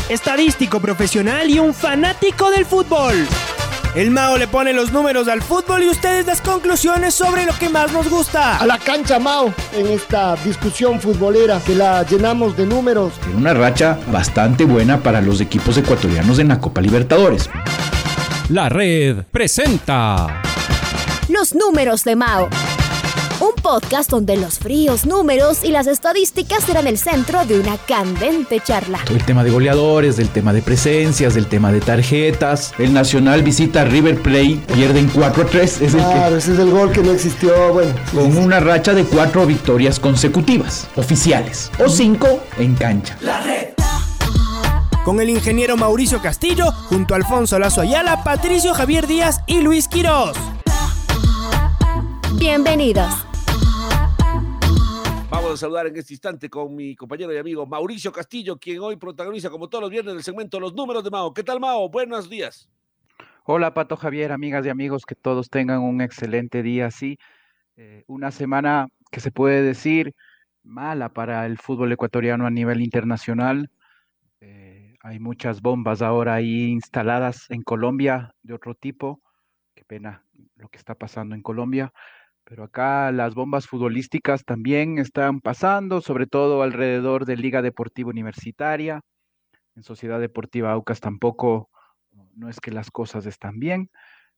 estadístico profesional y un fanático del fútbol. El Mao le pone los números al fútbol y ustedes las conclusiones sobre lo que más nos gusta. A la cancha, Mao, en esta discusión futbolera que la llenamos de números. Tiene una racha bastante buena para los equipos ecuatorianos en la Copa Libertadores. La Red presenta Los números de Mao. Un podcast donde los fríos números y las estadísticas serán el centro de una candente charla. El tema de goleadores, del tema de presencias, del tema de tarjetas. El Nacional visita a River Plate, pierden 4-3. Claro, ese es el gol que no existió. Bueno, con una racha de 4 victorias consecutivas, oficiales, o 5 en cancha. La Red. Con el ingeniero Mauricio Castillo, junto a Alfonso Lazo Ayala, Patricio Javier Díaz y Luis Quirós. Bienvenidos. Vamos a saludar en este instante con mi compañero y amigo Mauricio Castillo, quien hoy protagoniza, como todos los viernes, el segmento Los Números de Mao. ¿Qué tal, Mao? Buenos días. Hola, Pato Javier, amigas y amigos, que todos tengan un excelente día. Sí, una semana que se puede decir mala para el fútbol ecuatoriano a nivel internacional. Hay muchas bombas ahora ahí instaladas en Colombia de otro tipo. Qué pena lo que está pasando en Colombia. Pero acá las bombas futbolísticas también están pasando, sobre todo alrededor de Liga Deportiva Universitaria. En Sociedad Deportiva Aucas tampoco, no es que las cosas están bien.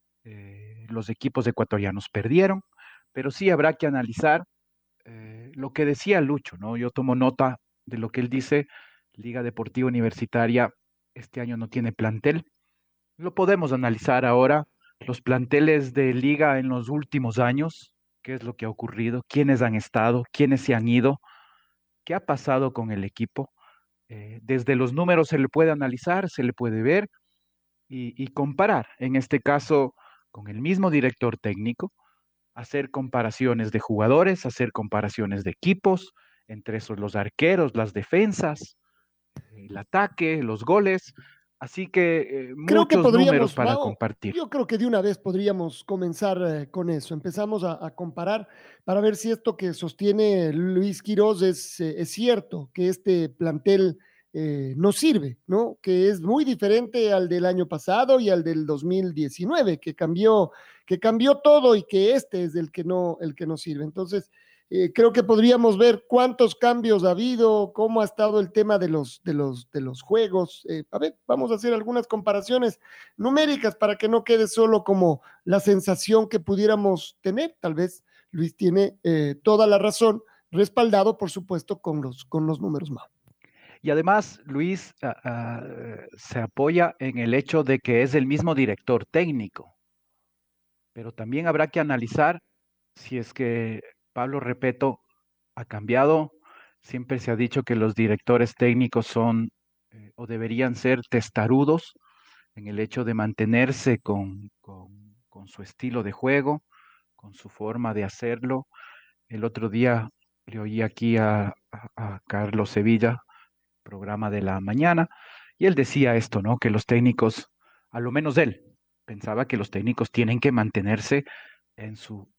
Los equipos ecuatorianos perdieron, pero sí habrá que analizar lo que decía Lucho, ¿no? Yo tomo nota de lo que él dice. Liga Deportiva Universitaria este año no tiene plantel. Lo podemos analizar ahora. Los planteles de liga en los últimos años, qué es lo que ha ocurrido, quiénes han estado, quiénes se han ido, qué ha pasado con el equipo. Desde los números se le puede analizar, se le puede ver y comparar, en este caso con el mismo director técnico, hacer comparaciones de jugadores, hacer comparaciones de equipos, entre esos los arqueros, las defensas, el ataque, los goles. Así que muchos números para compartir. Yo creo que de una vez podríamos comenzar con eso. Empezamos a comparar para ver si esto que sostiene Luis Quirós es cierto, que este plantel no sirve, ¿no? Que es muy diferente al del año pasado y al del 2019, que cambió todo y que este es el que no sirve. Entonces, creo que podríamos ver cuántos cambios ha habido, cómo ha estado el tema de los juegos. A ver, vamos a hacer algunas comparaciones numéricas para que no quede solo como la sensación que pudiéramos tener. Tal vez Luis tiene toda la razón, respaldado, por supuesto, con los números más. Y además, Luis se apoya en el hecho de que es el mismo director técnico, pero también habrá que analizar si es que Pablo Repeto ha cambiado. Siempre se ha dicho que los directores técnicos son o deberían ser testarudos en el hecho de mantenerse con su estilo de juego, con su forma de hacerlo. El otro día le oí aquí a Carlos Sevilla, programa de la mañana, y él decía esto, ¿no? Que los técnicos, a lo menos él, pensaba que los técnicos tienen que mantenerse en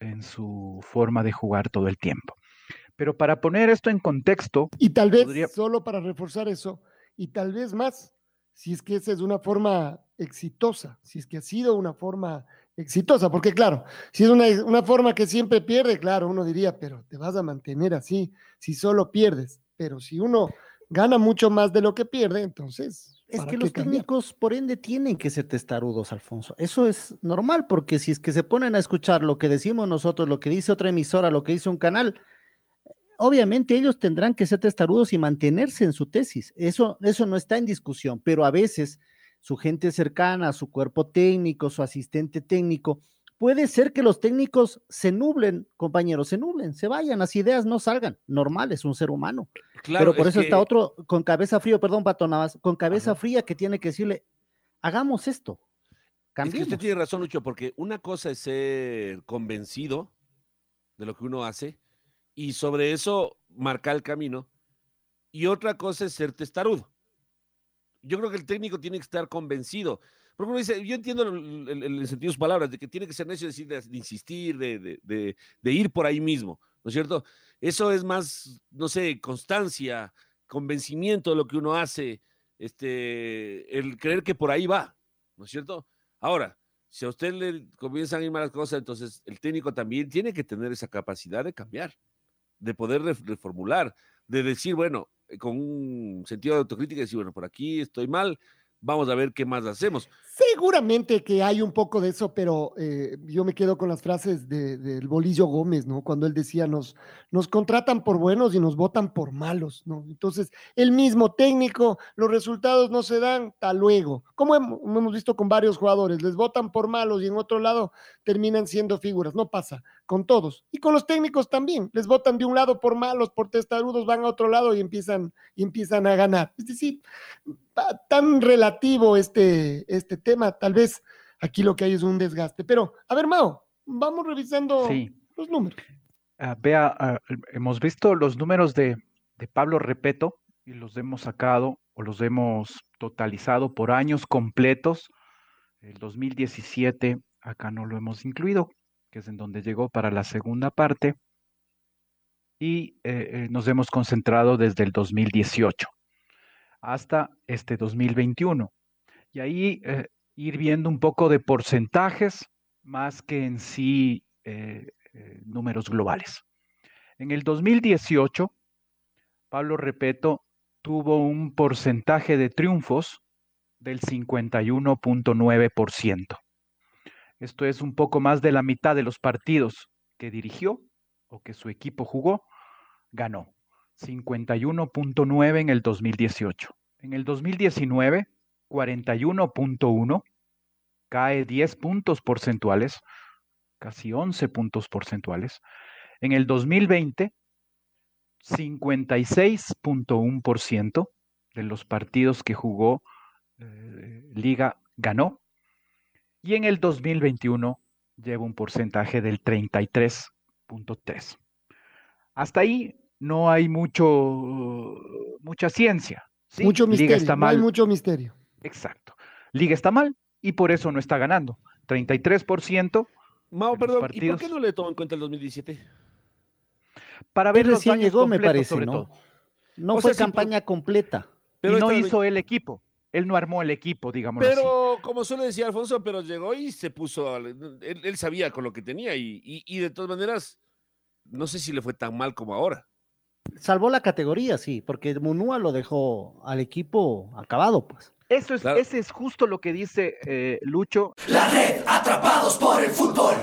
su forma de jugar todo el tiempo. Pero para poner esto en contexto... Y tal vez, solo para reforzar eso, y tal vez más, si es que esa es una forma exitosa, si es que ha sido una forma exitosa, porque claro, si es una forma que siempre pierde, claro, uno diría, pero te vas a mantener así si solo pierdes, pero si uno gana mucho más de lo que pierde, entonces... Es que los técnicos, por ende, tienen que ser testarudos, Alfonso. Eso es normal, porque si es que se ponen a escuchar lo que decimos nosotros, lo que dice otra emisora, lo que dice un canal, obviamente ellos tendrán que ser testarudos y mantenerse en su tesis. Eso no está en discusión, pero a veces su gente cercana, su cuerpo técnico, su asistente técnico, puede ser que los técnicos se nublen, compañeros, se vayan, las ideas no salgan. Normal, es un ser humano. Claro, pero por eso está otro con cabeza fría, perdón, Pato Navas, con cabeza fría que tiene que decirle, hagamos esto, cambiemos. Es que usted tiene razón, Lucho, porque una cosa es ser convencido de lo que uno hace y sobre eso marcar el camino, y otra cosa es ser testarudo. Yo creo que el técnico tiene que estar convencido. Porque uno dice, yo entiendo el sentido de sus palabras, de que tiene que ser necio de insistir, de ir por ahí mismo, ¿no es cierto? Eso es más, no sé, constancia, convencimiento de lo que uno hace, el creer que por ahí va, ¿no es cierto? Ahora, si a usted le comienzan a ir malas cosas, entonces el técnico también tiene que tener esa capacidad de cambiar, de poder reformular, de decir, bueno, con un sentido de autocrítica, decir, bueno, por aquí estoy mal, vamos a ver qué más hacemos. Seguramente que hay un poco de eso, pero yo me quedo con las frases del Bolillo Gómez, ¿no? Cuando él decía, nos contratan por buenos y nos votan por malos, ¿no? Entonces, el mismo técnico, los resultados no se dan, hasta luego. Como hemos visto con varios jugadores, les votan por malos y en otro lado terminan siendo figuras. No pasa con todos. Y con los técnicos también, les votan de un lado por malos, por testarudos, van a otro lado y empiezan a ganar. Es decir, tan relativo este tema, tal vez aquí lo que hay es un desgaste. Pero, a ver, Mao, vamos revisando los números. Hemos visto los números de Pablo Repeto y los hemos sacado o los hemos totalizado por años completos. El 2017, acá no lo hemos incluido, que es en donde llegó para la segunda parte. Y nos hemos concentrado desde el 2018 hasta este 2021. Y ahí ir viendo un poco de porcentajes más que en sí números globales. En el 2018, Pablo Repeto tuvo un porcentaje de triunfos del 51.9%. Esto es un poco más de la mitad de los partidos que dirigió o que su equipo jugó, ganó. 51.9 en el 2018. En el 2019, 41.1, cae 10 puntos porcentuales, casi 11 puntos porcentuales. En el 2020, 56.1% de los partidos que jugó Liga ganó. Y en el 2021 lleva un porcentaje del 33.3. Hasta ahí no hay mucha ciencia. ¿sí? Mucho misterio, Liga está mal. No hay mucho misterio. Exacto. Liga está mal y por eso no está ganando. 33%. Mao, perdón, partidos. ¿y por qué no le tomó en cuenta el 2017? Para ver los recién años llegó, me completos, parece, sobre ¿no? todo. No O fue sea, sí, campaña completa. Pero y no esta- hizo el equipo. Él no armó el equipo, digámoslo así. Pero, como suele decir Alfonso, pero llegó y se puso, él sabía con lo que tenía y de todas maneras, no sé si le fue tan mal como ahora. Salvó la categoría, sí, porque Munúa lo dejó al equipo acabado, pues. Eso es, Claro. Ese es justo lo que dice Lucho. La red Atrapados por el Fútbol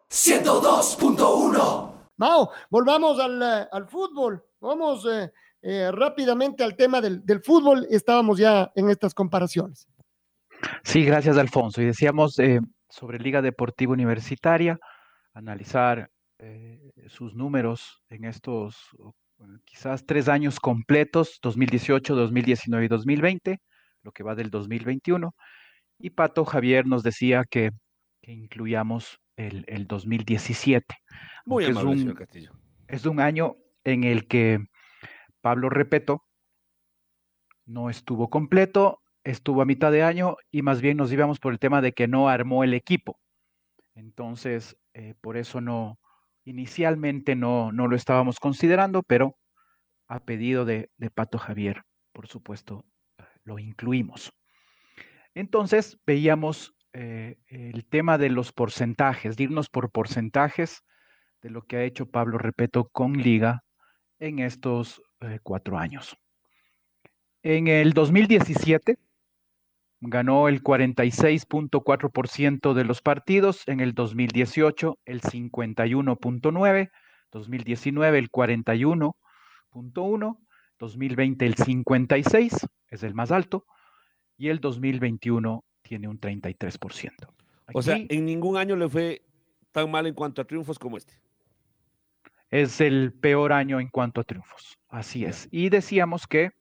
102.1. Mao, volvamos al fútbol. Vamos rápidamente al tema del fútbol. Estábamos ya en estas comparaciones. Sí, gracias, Alfonso. Y decíamos sobre Liga Deportiva Universitaria, analizar sus números en estos quizás 3 años completos, 2018, 2019 y 2020, lo que va del 2021. Y Pato Javier nos decía que incluyamos el 2017. Muy aunque amable, señor Castillo. Es un año en el que Pablo Repeto no estuvo completo, estuvo a mitad de año y más bien nos íbamos por el tema de que no armó el equipo. Entonces, por eso inicialmente no lo estábamos considerando, pero a pedido de Pato Javier, por supuesto, lo incluimos. Entonces, veíamos el tema de los porcentajes, de irnos por porcentajes de lo que ha hecho Pablo Repeto con Liga en estos 4 años. En el 2017 ganó el 46.4% de los partidos, en el 2018 el 51.9%, 2019 el 41.1%, 2020 el 56%, es el más alto, y el 2021 tiene un 33%. O sea, en ningún año le fue tan mal en cuanto a triunfos como este. Es el peor año en cuanto a triunfos, así es. Y decíamos que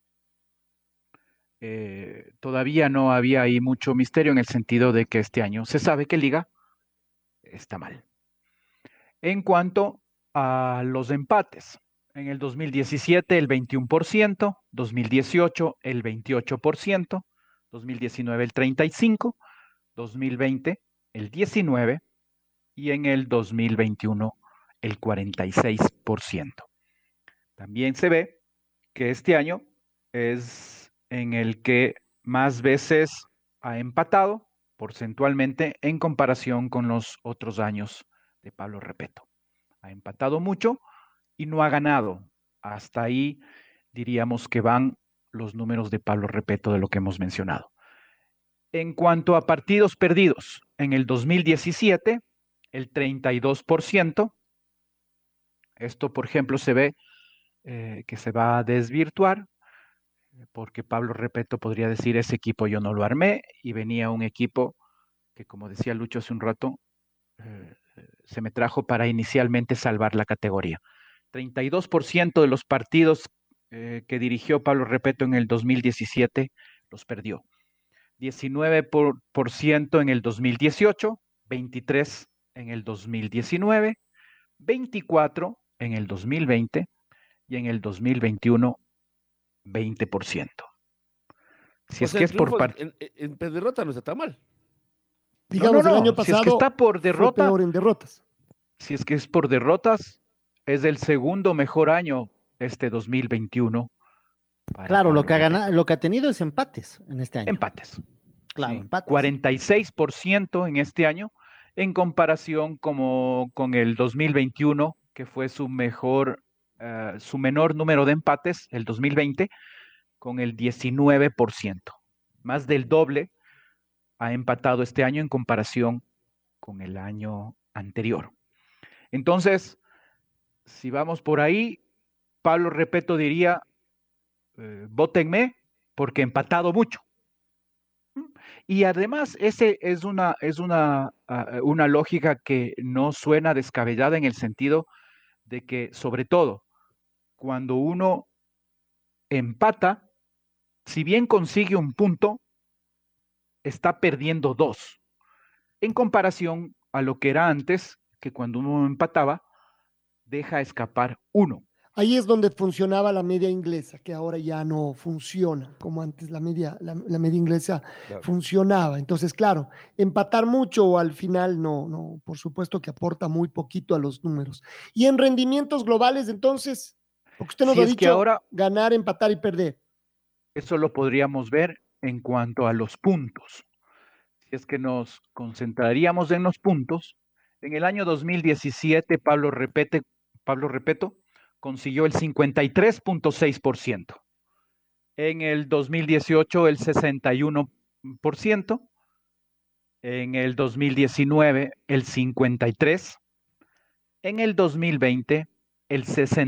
todavía no había ahí mucho misterio en el sentido de que este año se sabe que Liga está mal. En cuanto a los empates, en el 2017 el 21%, 2018 el 28%, 2019 el 35%, 2020 el 19% y en el 2021 el 46%. También se ve que este año es en el que más veces ha empatado porcentualmente en comparación con los otros años de Pablo Repeto. Ha empatado mucho y no ha ganado. Hasta ahí diríamos que van los números de Pablo Repeto de lo que hemos mencionado. En cuanto a partidos perdidos, en el 2017, el 32%, esto por ejemplo se ve que se va a desvirtuar, porque Pablo Repeto podría decir, ese equipo yo no lo armé, y venía un equipo que, como decía Lucho hace un rato, se me trajo para inicialmente salvar la categoría. 32% de los partidos que dirigió Pablo Repeto en el 2017 los perdió. 19% en el 2018, 23% en el 2019, 24% en el 2020 y en el 2021, 20%. Si O es sea, que el es por triunfo en derrota no está tan mal. Digamos, el año si es que pasado está por fue derrota, peor en derrotas. si es que es por derrotas, es el segundo mejor año este 2021 para Claro, Pablo lo que ha Repeto. ganado, lo que ha tenido es empates en este año. Empates. Claro, Sí. empates. 46% en este año, en comparación con el 2021, que fue su menor número de empates, el 2020, con el 19%. Más del doble ha empatado este año en comparación con el año anterior. Entonces, si vamos por ahí, Pablo Repeto diría, vótenme porque he empatado mucho. Y además, ese es una lógica que no suena descabellada en el sentido de que, sobre todo, cuando uno empata, si bien consigue un punto, está perdiendo 2, en comparación a lo que era antes, que cuando uno empataba, deja escapar 1. Ahí es donde funcionaba la media inglesa, que ahora ya no funciona, como antes la media inglesa funcionaba. Entonces, claro, empatar mucho al final no, por supuesto que aporta muy poquito a los números. Y en rendimientos globales, entonces, porque usted nos Si ha es que dicho ahora ganar, empatar y perder. eso lo podríamos ver en cuanto a los puntos. Si es que nos concentraríamos en los puntos, en el año 2017 Pablo Repeto consiguió el 53.6%. En el 2018 el 61%. En el 2019 el 53%. En el 2020 el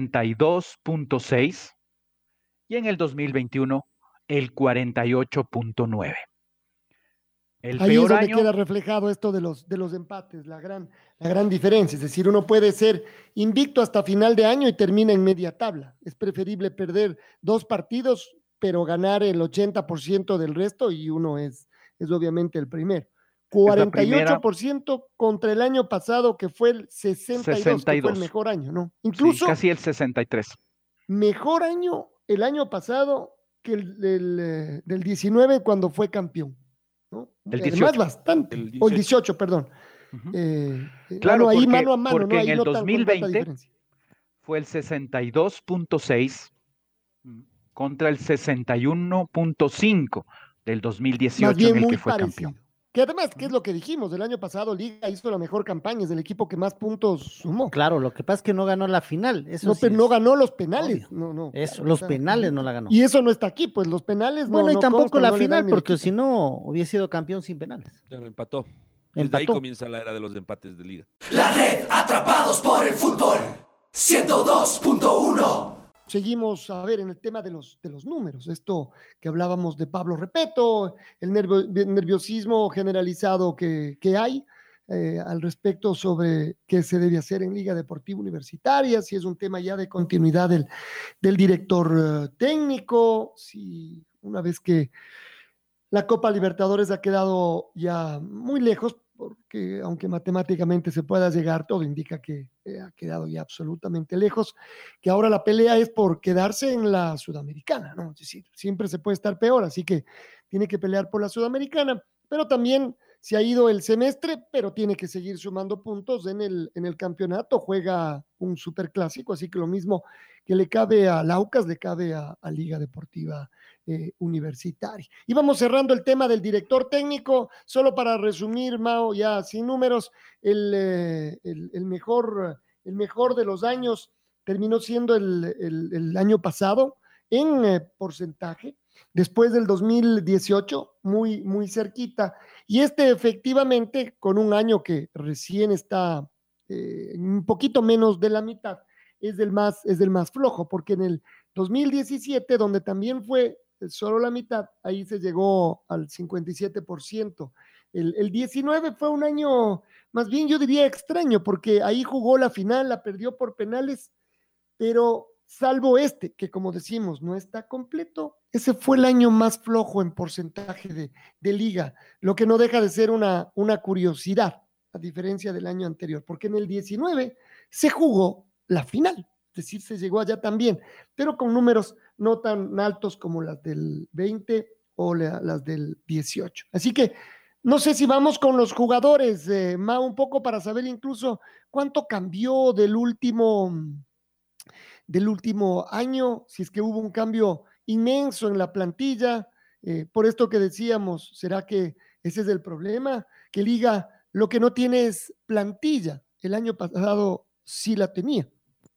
62.6%. Y en el 2021 el 48.9%. Ahí es donde queda reflejado esto de los empates, la gran diferencia. Es decir, uno puede ser invicto hasta final de año y termina en media tabla. Es preferible perder 2 partidos, pero ganar el 80% del resto, y uno es obviamente el primero. 48% contra el año pasado, que fue el 62, que fue el mejor año, ¿no? Incluso sí, casi el 63. Mejor año el año pasado que el del 19 cuando fue campeón, ¿no? El 18. Además bastante, o el 18, perdón. Claro, ahí porque, mano a mano, porque ¿no? Ahí en el no 2020 fue el 62.6 contra el 61.5 del 2018 más bien en el muy que fue parecido. campeón. Que además, ¿qué es lo que dijimos? El año pasado Liga hizo la mejor campaña, es el equipo que más puntos sumó. Claro, lo que pasa es que no ganó la final. Eso no, sí pero no ganó los penales. Obvio. No, eso, claro, los penales no la ganó. Y eso no está aquí, pues los penales bueno, no y tampoco constan, la no le final, dan porque equipo. si no hubiese sido campeón sin penales. Ya lo empató. Desde ahí comienza la era de los empates de liga. La red, atrapados por el fútbol. 102.1. Seguimos a ver en el tema de los números, esto que hablábamos de Pablo Repeto, el nerviosismo generalizado que hay al respecto sobre qué se debe hacer en Liga Deportiva Universitaria, si es un tema ya de continuidad del director técnico, si una vez que la Copa Libertadores ha quedado ya muy lejos, porque aunque matemáticamente se pueda llegar, todo indica que ha quedado ya absolutamente lejos, que ahora la pelea es por quedarse en la Sudamericana, ¿no? Es decir, siempre se puede estar peor, así que tiene que pelear por la Sudamericana, pero también se ha ido el semestre, pero tiene que seguir sumando puntos en el campeonato, juega un superclásico, así que lo mismo que le cabe a Laucas, le cabe a Liga Deportiva Universitario. Y vamos cerrando el tema del director técnico, solo para resumir, Mao, ya sin números, el mejor de los años terminó siendo el año pasado en porcentaje, después del 2018, muy, muy cerquita, y efectivamente, con un año que recién está un poquito menos de la mitad, es del más flojo, porque en el 2017, donde también fue solo la mitad, ahí se llegó al 57%. El 19 fue un año, más bien yo diría extraño, porque ahí jugó la final, la perdió por penales, pero salvo que como decimos, no está completo, ese fue el año más flojo en porcentaje de liga, lo que no deja de ser una curiosidad, a diferencia del año anterior, porque en el 19 se jugó la final, es decir, se llegó allá también, pero con números no tan altos como las del 20 o las del 18. Así que no sé si vamos con los jugadores, Mau, un poco para saber incluso cuánto cambió del último año, si es que hubo un cambio inmenso en la plantilla, por esto que decíamos, ¿será que ese es el problema? Que Liga lo que no tiene es plantilla, el año pasado sí la tenía.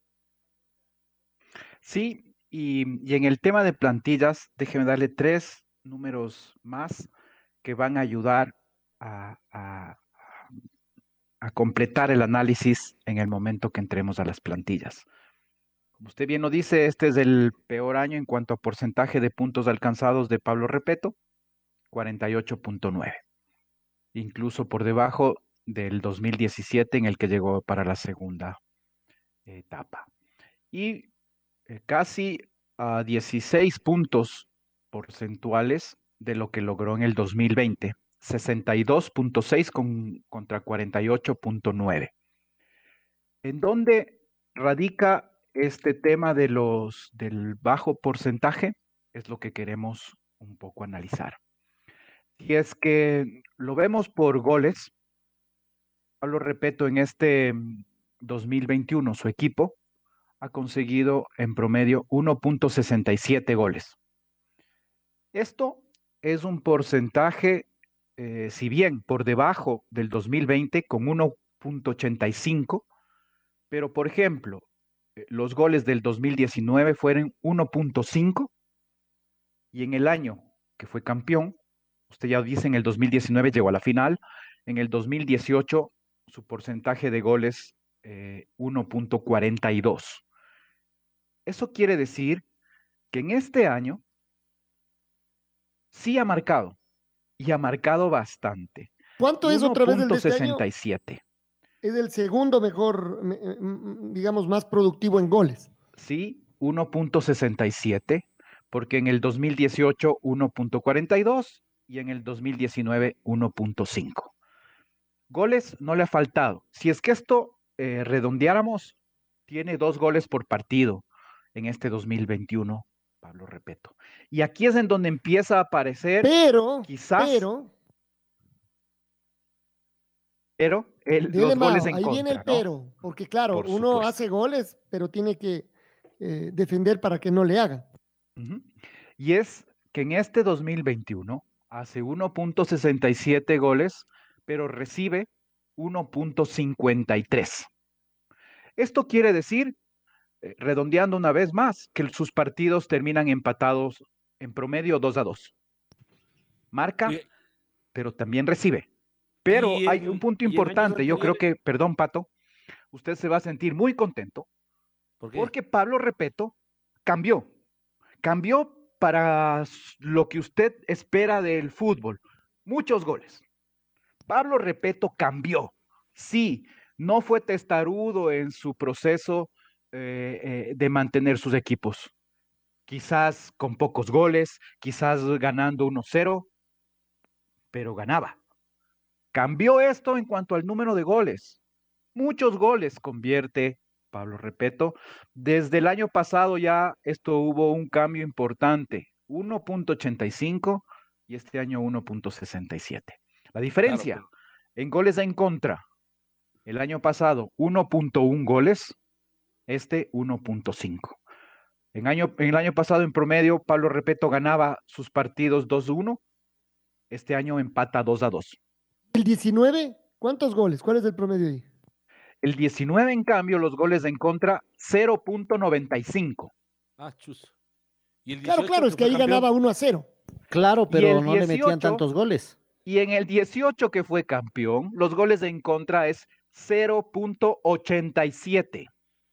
Sí, y en el tema de plantillas, déjeme darle 3 números más que van a ayudar a completar el análisis en el momento que entremos a las plantillas. Como usted bien lo dice, este es el peor año en cuanto a porcentaje de puntos alcanzados de Pablo Repeto, 48.9, incluso por debajo del 2017 en el que llegó para la segunda etapa. Y casi a 16 puntos porcentuales de lo que logró en el 2020, 62.6 contra 48.9. ¿En dónde radica este tema del bajo porcentaje? Es lo que queremos un poco analizar. Y es que lo vemos por goles, Pablo Repeto en este 2021, su equipo ha conseguido en promedio 1.67 goles. Esto es un porcentaje, si bien por debajo del 2020 con 1.85, pero por ejemplo, los goles del 2019 fueron 1.5 y en el año que fue campeón, usted ya dice en el 2019 llegó a la final, en el 2018 su porcentaje de goles 1.42. Eso quiere decir que en este año sí ha marcado, y ha marcado bastante. ¿Cuánto es otra vez el de este año? 1.67. Es el segundo mejor, digamos, más productivo en goles. Sí, 1.67, porque en el 2018 1.42 y en el 2019 1.5. Goles no le ha faltado. Si es que esto redondeáramos, tiene 2 goles por partido en este 2021, Pablo Repeto. Y aquí es en donde empieza a aparecer los goles en ahí contra. Viene el pero, porque claro, uno hace goles, pero tiene que defender para que no le hagan. Y es que en este 2021 hace 1.67 goles, pero recibe 1.53. Esto quiere decir, redondeando una vez más, que sus partidos terminan empatados en promedio 2-2. Marca, pero también recibe. Pero hay un punto importante, yo creo que, perdón, Pato, usted se va a sentir muy contento. ¿Por qué? Porque Pablo Repeto cambió para lo que usted espera del fútbol. Muchos goles. Pablo Repeto cambió. Sí, no fue testarudo en su proceso de mantener sus equipos. Quizás con pocos goles, quizás ganando 1-0, pero ganaba. Cambió esto en cuanto al número de goles. Muchos goles convierte Pablo Repeto. Desde el año pasado ya hubo un cambio importante. 1.85 y este año 1.67. La diferencia en goles en contra. El año pasado 1.1 goles, 1.5. En el año pasado, en promedio, Pablo Repeto ganaba sus partidos 2-1. Este año empata 2-2. ¿El 19? ¿Cuántos goles? ¿Cuál es el promedio ahí? El 19, en cambio, los goles en contra, 0.95. Ah, chus. ¿Y el 18, Claro, es que ahí ganaba 1-0. Claro, Y pero el no le metían 18, tantos goles. Y en el 18, que fue campeón, los goles en contra es 0.87.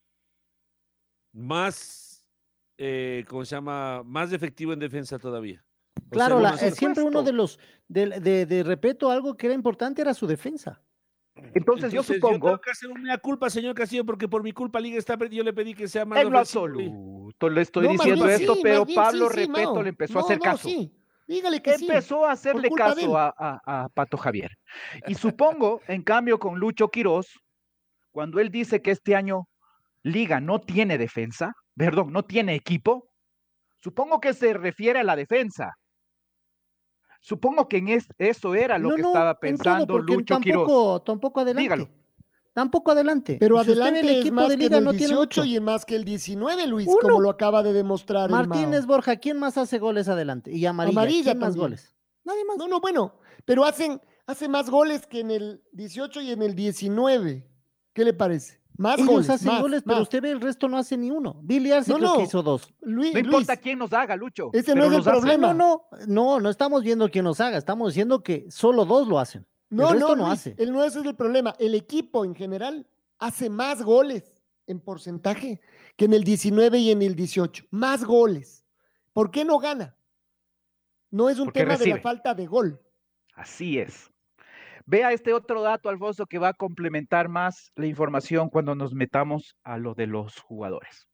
Más, ¿cómo se llama? Más efectivo en defensa todavía. O Claro, sea, por siempre uno supuesto. de los, de Repeto, algo que era importante era su defensa. Entonces yo Yo supongo, tengo que hacer una culpa, señor Castillo, porque por mi culpa Liga está yo le pedí que sea más en lo ofensivo. absoluto le estoy No, más diciendo bien esto, sí, pero más bien Pablo sí, Repeto Mao. le empezó a hacer caso. Sí. Dígale que sí. Empezó a hacerle Por culpa de caso él. a Pato Javier. Y supongo, en cambio, con Lucho Quirós, cuando él dice que este año Liga no tiene defensa, perdón, no tiene equipo, supongo que se refiere a la defensa. Supongo que eso era lo que estaba en todo, pensando porque Lucho Quirós. tampoco adelante. Dígalo. Tampoco adelante. Pero Si usted ve adelante el es equipo más de que Liga el no tiene 18 mucho. y más que el 19, Luis, Uno. como lo acaba de demostrar Martínez, el Mao. Borja, ¿quién más hace goles adelante? Y Amarilla, ¿quién más también. goles? Nadie más. No, bueno, pero hace más goles que en el 18 y en el 19. ¿Qué le parece? Más Ellos goles, hacen goles, pero más. usted ve el resto no hace ni uno. Billy Arce creo que hizo 2. No importa quién nos haga, Lucho. Ese no es el problema. No estamos viendo quién nos haga, estamos diciendo que solo 2 lo hacen. No, el resto no Luis, hace. No ese es el problema. El equipo en general hace más goles en porcentaje que en el 19 y en el 18. Más goles. ¿Por qué no gana? No es un Porque tema recibe. de la falta de gol. Así es. Vea este otro dato, Alfonso, que va a complementar más la información cuando nos metamos a lo de los jugadores.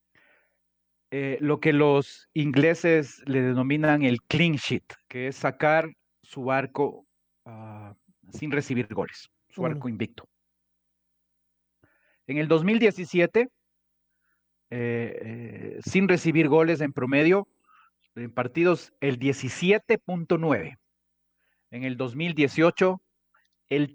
Lo que los ingleses le denominan el clean sheet, que es sacar su arco sin recibir goles, su arco invicto. En el 2017, sin recibir goles en promedio, en partidos el 17.9. En el 2018, el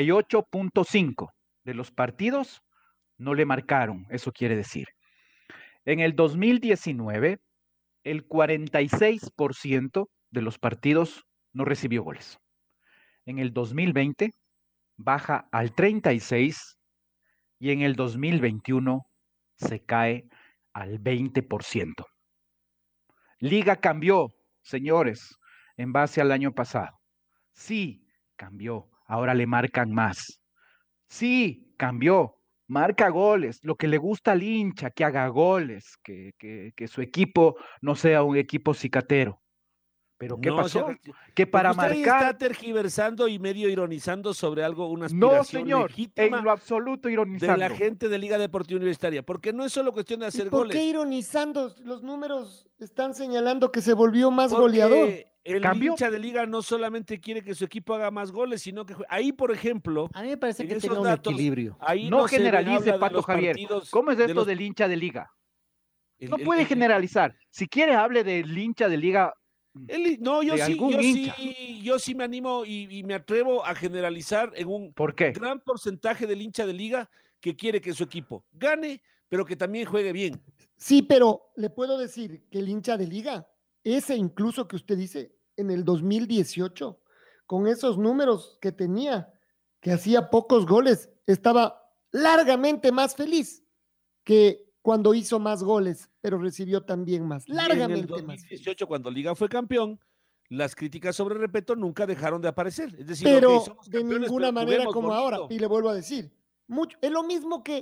38.5 de los partidos no le marcaron, eso quiere decir. En el 2019, el 46% de los partidos no recibió goles. En el 2020, baja al 36% y en el 2021 se cae al 20%. Liga cambió, señores, en base al año pasado. Sí, cambió. Ahora le marcan más. Sí, cambió. Marca goles. Lo que le gusta al hincha, que haga goles, que su equipo no sea un equipo cicatero. Pero ¿qué pasó? Que para usted marcar... está tergiversando y medio ironizando sobre algo, una No, aspiración señor, legítima en lo absoluto ironizando. de la gente de Liga Deportiva Universitaria, porque no es solo cuestión de hacer ¿Por goles. qué ironizando? Los números están señalando que se volvió más goleador. El hincha de Liga no solamente quiere que su equipo haga más goles, sino que ahí, por ejemplo, a mí me parece que esos tenga un datos, equilibrio. Ahí no se generalice, habla de Pato los Javier. partidos ¿Cómo es de esto los- del hincha de Liga? No puede generalizar. Si quiere, hable del hincha de Liga. No, yo de sí, algún hincha. yo sí me animo y me atrevo a generalizar en un ¿Por qué? gran porcentaje del hincha de Liga que quiere que su equipo gane, pero que también juegue bien. Sí, pero le puedo decir que el hincha de Liga, ese incluso que usted dice, en el 2018, con esos números que tenía, que hacía pocos goles, estaba largamente más feliz que cuando hizo más goles, pero recibió también más, Y en el largamente más. 2018, cuando Liga fue campeón, las críticas sobre Repeto nunca dejaron de aparecer. Es decir, Pero ok, somos de campeones, ninguna pero manera juguemos como bonito. ahora, y le vuelvo a decir, es lo mismo que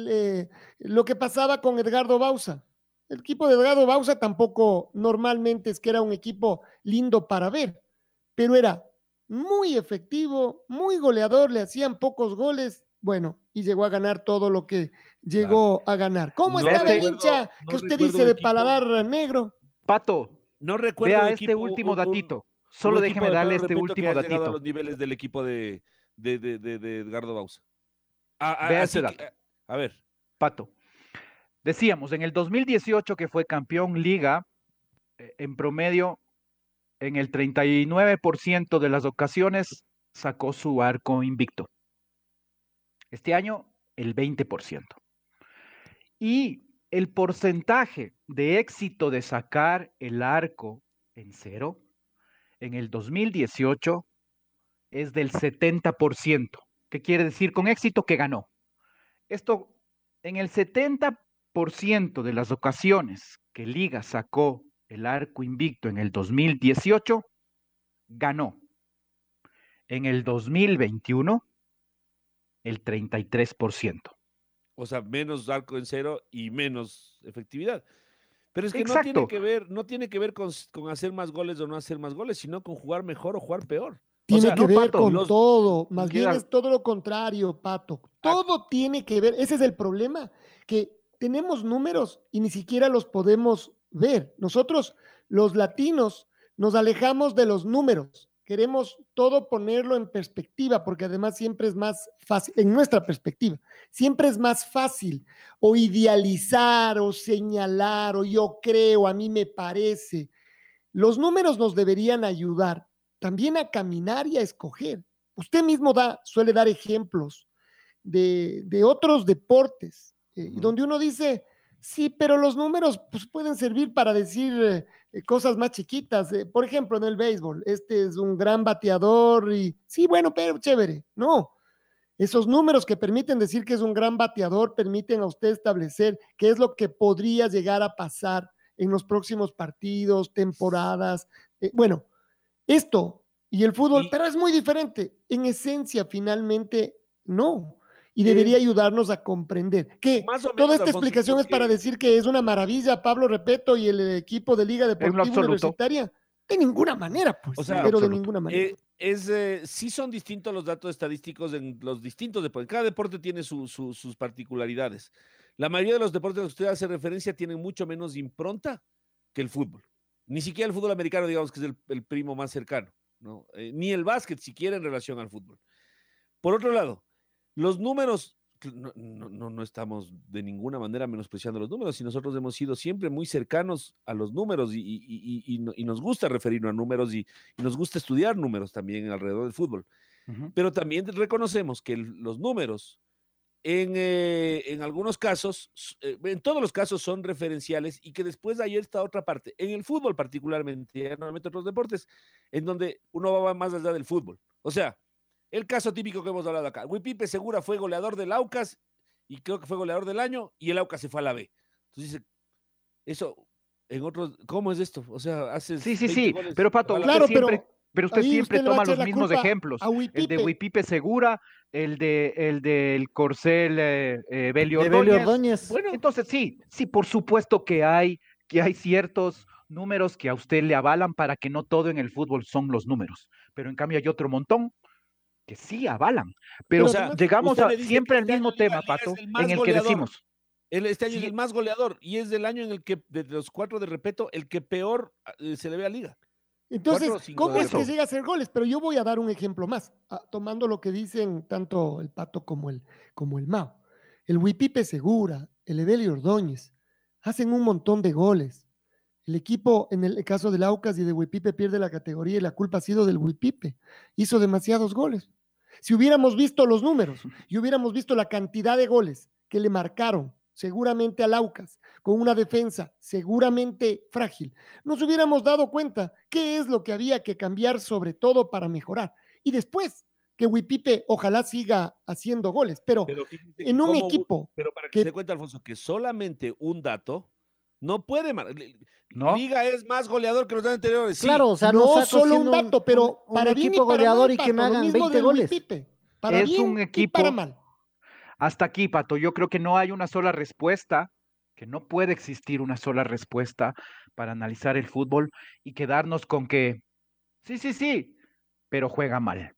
lo que pasaba con Edgardo Bauza. El equipo de Edgardo Bauza tampoco normalmente es que era un equipo lindo para ver, pero era muy efectivo, muy goleador, le hacían pocos goles, bueno, y llegó a ganar todo lo que llegó a ganar. ¿Cómo No estaba el recuerdo- hincha no que usted recuerdo dice un de equipo- paladar negro? Pato, No recuerdo vea un este equipo- último un- datito. un Solo equipo déjeme de darle Pablo este Repeto último que haya llegado a datito. los niveles del equipo de Edgardo Bauza. Vea Así ese dato. a ver. Pato. Decíamos, en el 2018 que fue campeón Liga, en promedio, en el 39% de las ocasiones sacó su arco invicto. Este año, el 20%. Y el porcentaje de éxito de sacar el arco en cero en el 2018 es del 70%. ¿Qué quiere decir con éxito? Que ganó. Esto, en el 70% de las ocasiones que Liga sacó el arco invicto en el 2018, ganó. En el 2021, el 33%. O sea, menos arco en cero y menos efectividad. Pero es que Exacto. no tiene que ver con hacer más goles o no hacer más goles, sino con jugar mejor o jugar peor. Tiene O sea, que ver Pato, con todo, más bien Claro. es todo lo contrario, Pato. Todo tiene que ver, ese es el problema, que tenemos números y ni siquiera los podemos ver. Nosotros, los latinos, nos alejamos de los números. Queremos todo ponerlo en perspectiva, porque además siempre es más fácil, en nuestra perspectiva, siempre es más fácil o idealizar o señalar o yo creo, a mí me parece. Los números nos deberían ayudar también a caminar y a escoger. Usted mismo suele dar ejemplos de otros deportes, donde uno dice, sí, pero los números pues, pueden servir para decir cosas más chiquitas. Por ejemplo, en el béisbol, este es un gran bateador y sí, bueno, pero chévere. No, esos números que permiten decir que es un gran bateador permiten a usted establecer qué es lo que podría llegar a pasar en los próximos partidos, temporadas. Bueno, esto y el fútbol, pero es muy diferente. En esencia, finalmente, no. Y debería ayudarnos a comprender que toda esta explicación es para decir que es una maravilla Pablo Repeto y el equipo de Liga Deportiva Universitaria. De ninguna manera, pues. O sea, pero de ninguna manera. Sí son distintos los datos estadísticos en los distintos deportes. Cada deporte tiene sus particularidades. La mayoría de los deportes a los que usted hace referencia tienen mucho menos impronta que el fútbol. Ni siquiera el fútbol americano, digamos que es el primo más cercano, ¿no? Ni el básquet siquiera en relación al fútbol. Por otro lado, los números, no estamos de ninguna manera menospreciando los números, y nosotros hemos sido siempre muy cercanos a los números y nos gusta referirnos a números y nos gusta estudiar números también alrededor del fútbol. Pero también reconocemos que los números en algunos casos, en todos los casos son referenciales y que después hay esta otra parte, en el fútbol particularmente, ya no me meto en otros deportes, en donde uno va más allá del fútbol. O sea, el caso típico que hemos hablado acá, Wipipe Segura fue goleador del Aucas y creo que fue goleador del año y el Aucas se fue a la B. Entonces dice, eso, en otros, ¿cómo es esto? O sea, haces Sí, goles, pero Pato, usted siempre toma los mismos ejemplos. El de Wipipe Segura, el del Corcel Belio Ordóñez. Bueno, entonces sí, por supuesto que hay ciertos números que a usted le avalan para que no todo en el fútbol son los números. Pero en cambio hay otro montón que sí avalan. Pero llegamos siempre al mismo tema, Pato, en el que decimos. Este año es el más goleador y es del año en el que, de los 4 de Repeto, el que peor se le ve a Liga. Entonces, ¿cómo es que llega a hacer goles? Pero yo voy a dar un ejemplo más, tomando lo que dicen tanto el Pato como el Mao. El Wipipe Segura, el Evelio Ordóñez, hacen un montón de goles. El equipo, en el caso del Aucas y de Wipipe, pierde la categoría y la culpa ha sido del Wipipe. Hizo demasiados goles. Si hubiéramos visto los números y hubiéramos visto la cantidad de goles que le marcaron seguramente al Aucas, con una defensa seguramente frágil, nos hubiéramos dado cuenta qué es lo que había que cambiar sobre todo para mejorar. Y después, que Wipipe ojalá siga haciendo goles, pero en un equipo... Pero para que se dé cuenta, Alfonso, que solamente un dato no puede... Liga es más goleador que los años anteriores. Claro, sí. o sea, no solo un dato, pero para bien y para mal, y que me hagan 20 goles. Para es bien un equipo... y para mal. Hasta aquí, Pato, yo creo que no hay una sola respuesta, que no puede existir una sola respuesta para analizar el fútbol y quedarnos con que sí, pero juega mal.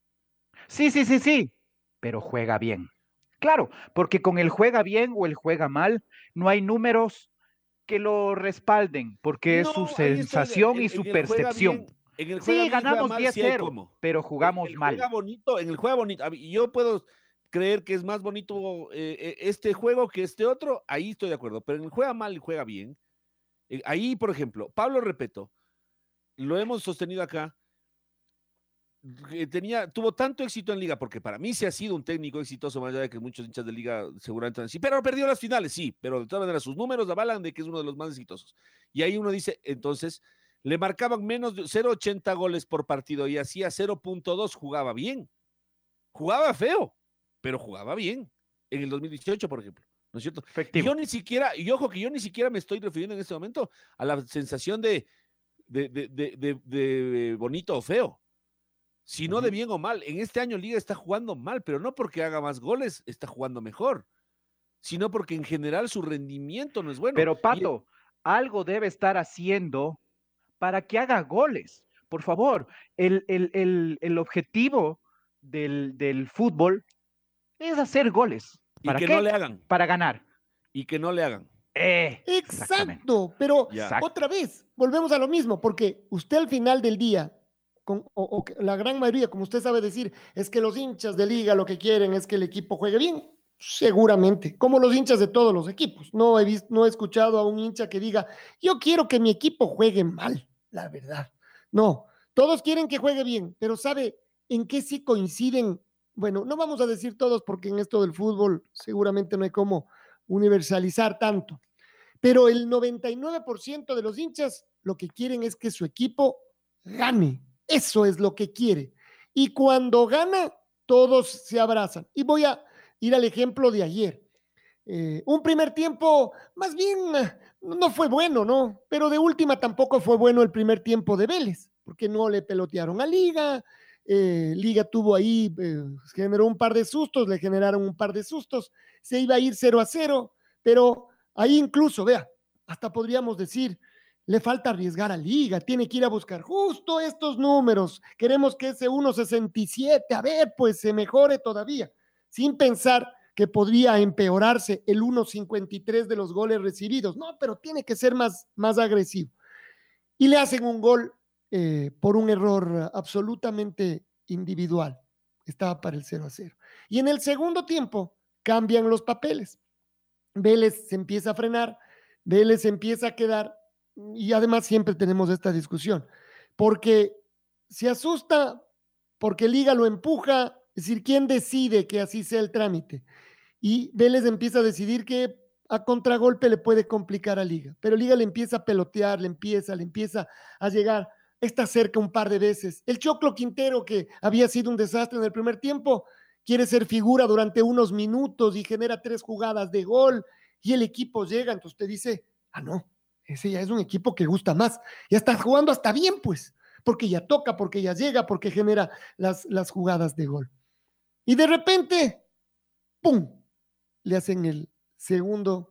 Sí, pero juega bien. Claro, porque con el juega bien o el juega mal no hay números que lo respalden, porque es su sensación y su percepción. Sí, ganamos 10-0, pero jugamos mal. En el juega bonito, y yo puedo creer que es más bonito este juego que este otro, ahí estoy de acuerdo, pero en el juega mal y juega bien, ahí, por ejemplo, Pablo Repeto, lo hemos sostenido acá, tuvo tanto éxito en Liga, porque para mí se ha sido un técnico exitoso, más allá de que muchos hinchas de Liga seguramente van a decir, pero perdió las finales, sí, pero de todas maneras sus números avalan de que es uno de los más exitosos. Y ahí uno dice, entonces, le marcaban menos de 0.80 goles por partido y hacía 0.2, jugaba bien. Jugaba feo, pero jugaba bien. En el 2018, por ejemplo, ¿no es cierto? Efectivo. Yo ni siquiera, y ojo que yo ni siquiera me estoy refiriendo en este momento a la sensación de bonito o feo, sino de bien o mal. En este año Liga está jugando mal, pero no porque haga más goles, está jugando mejor, sino porque en general su rendimiento no es bueno. Pero Pato, algo debe estar haciendo para que haga goles. Por favor, el objetivo del fútbol es hacer goles. ¿Para qué? No le hagan. Para ganar. Y que no le hagan. Exacto, pero otra vez, volvemos a lo mismo, porque usted al final del día, o la gran mayoría, como usted sabe decir, es que los hinchas de Liga lo que quieren es que el equipo juegue bien. Seguramente, como los hinchas de todos los equipos. No he escuchado a un hincha que diga, yo quiero que mi equipo juegue mal, la verdad. No, todos quieren que juegue bien, pero ¿sabe en qué sí coinciden? Bueno, no vamos a decir todos porque en esto del fútbol seguramente no hay cómo universalizar tanto, pero el 99% de los hinchas lo que quieren es que su equipo gane. Eso es lo que quiere. Y cuando gana, todos se abrazan. Y voy a ir al ejemplo de ayer. Un primer tiempo, más bien, no fue bueno, ¿no? Pero de última tampoco fue bueno el primer tiempo de Vélez, porque no le pelotearon a Liga. Liga tuvo ahí, generó un par de sustos, le generaron un par de sustos. Se iba a ir 0-0, pero ahí incluso, vea, hasta podríamos decir, le falta arriesgar a Liga, tiene que ir a buscar justo estos números. Queremos que ese 1.67, a ver, pues se mejore todavía, sin pensar que podría empeorarse el 1.53 de los goles recibidos. No, pero tiene que ser más agresivo. Y le hacen un gol por un error absolutamente individual. Estaba para el 0-0. Y en el segundo tiempo cambian los papeles. Vélez se empieza a frenar, Vélez se empieza a quedar, y además siempre tenemos esta discusión, porque se asusta, porque Liga lo empuja, es decir, ¿quién decide que así sea el trámite? Y Vélez empieza a decidir que a contragolpe le puede complicar a Liga, pero Liga le empieza a pelotear, le empieza a llegar, está cerca un par de veces. El Choclo Quintero, que había sido un desastre en el primer tiempo, quiere ser figura durante unos minutos y genera 3 jugadas de gol y el equipo llega, entonces usted dice, no, ese ya es un equipo que gusta más, ya está jugando hasta bien pues, porque ya toca, porque ya llega, porque genera las jugadas de gol. Y de repente, ¡pum!, le hacen el segundo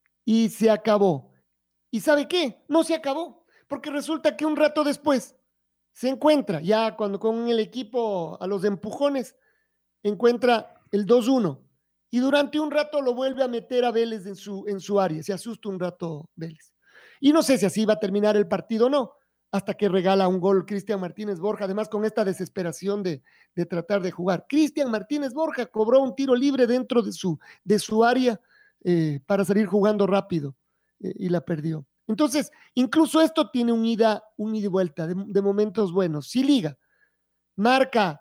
y se acabó. ¿Y sabe qué? No se acabó, porque resulta que un rato después se encuentra, ya cuando con el equipo a los empujones, encuentra el 2-1 y durante un rato lo vuelve a meter a Vélez en su área, se asusta un rato Vélez. Y no sé si así va a terminar el partido o no, hasta que regala un gol Cristian Martínez Borja, además con esta desesperación de tratar de jugar. Cristian Martínez Borja cobró un tiro libre dentro de su área para salir jugando rápido y la perdió. Entonces, incluso esto tiene un ida y vuelta de momentos buenos. Si Liga marca,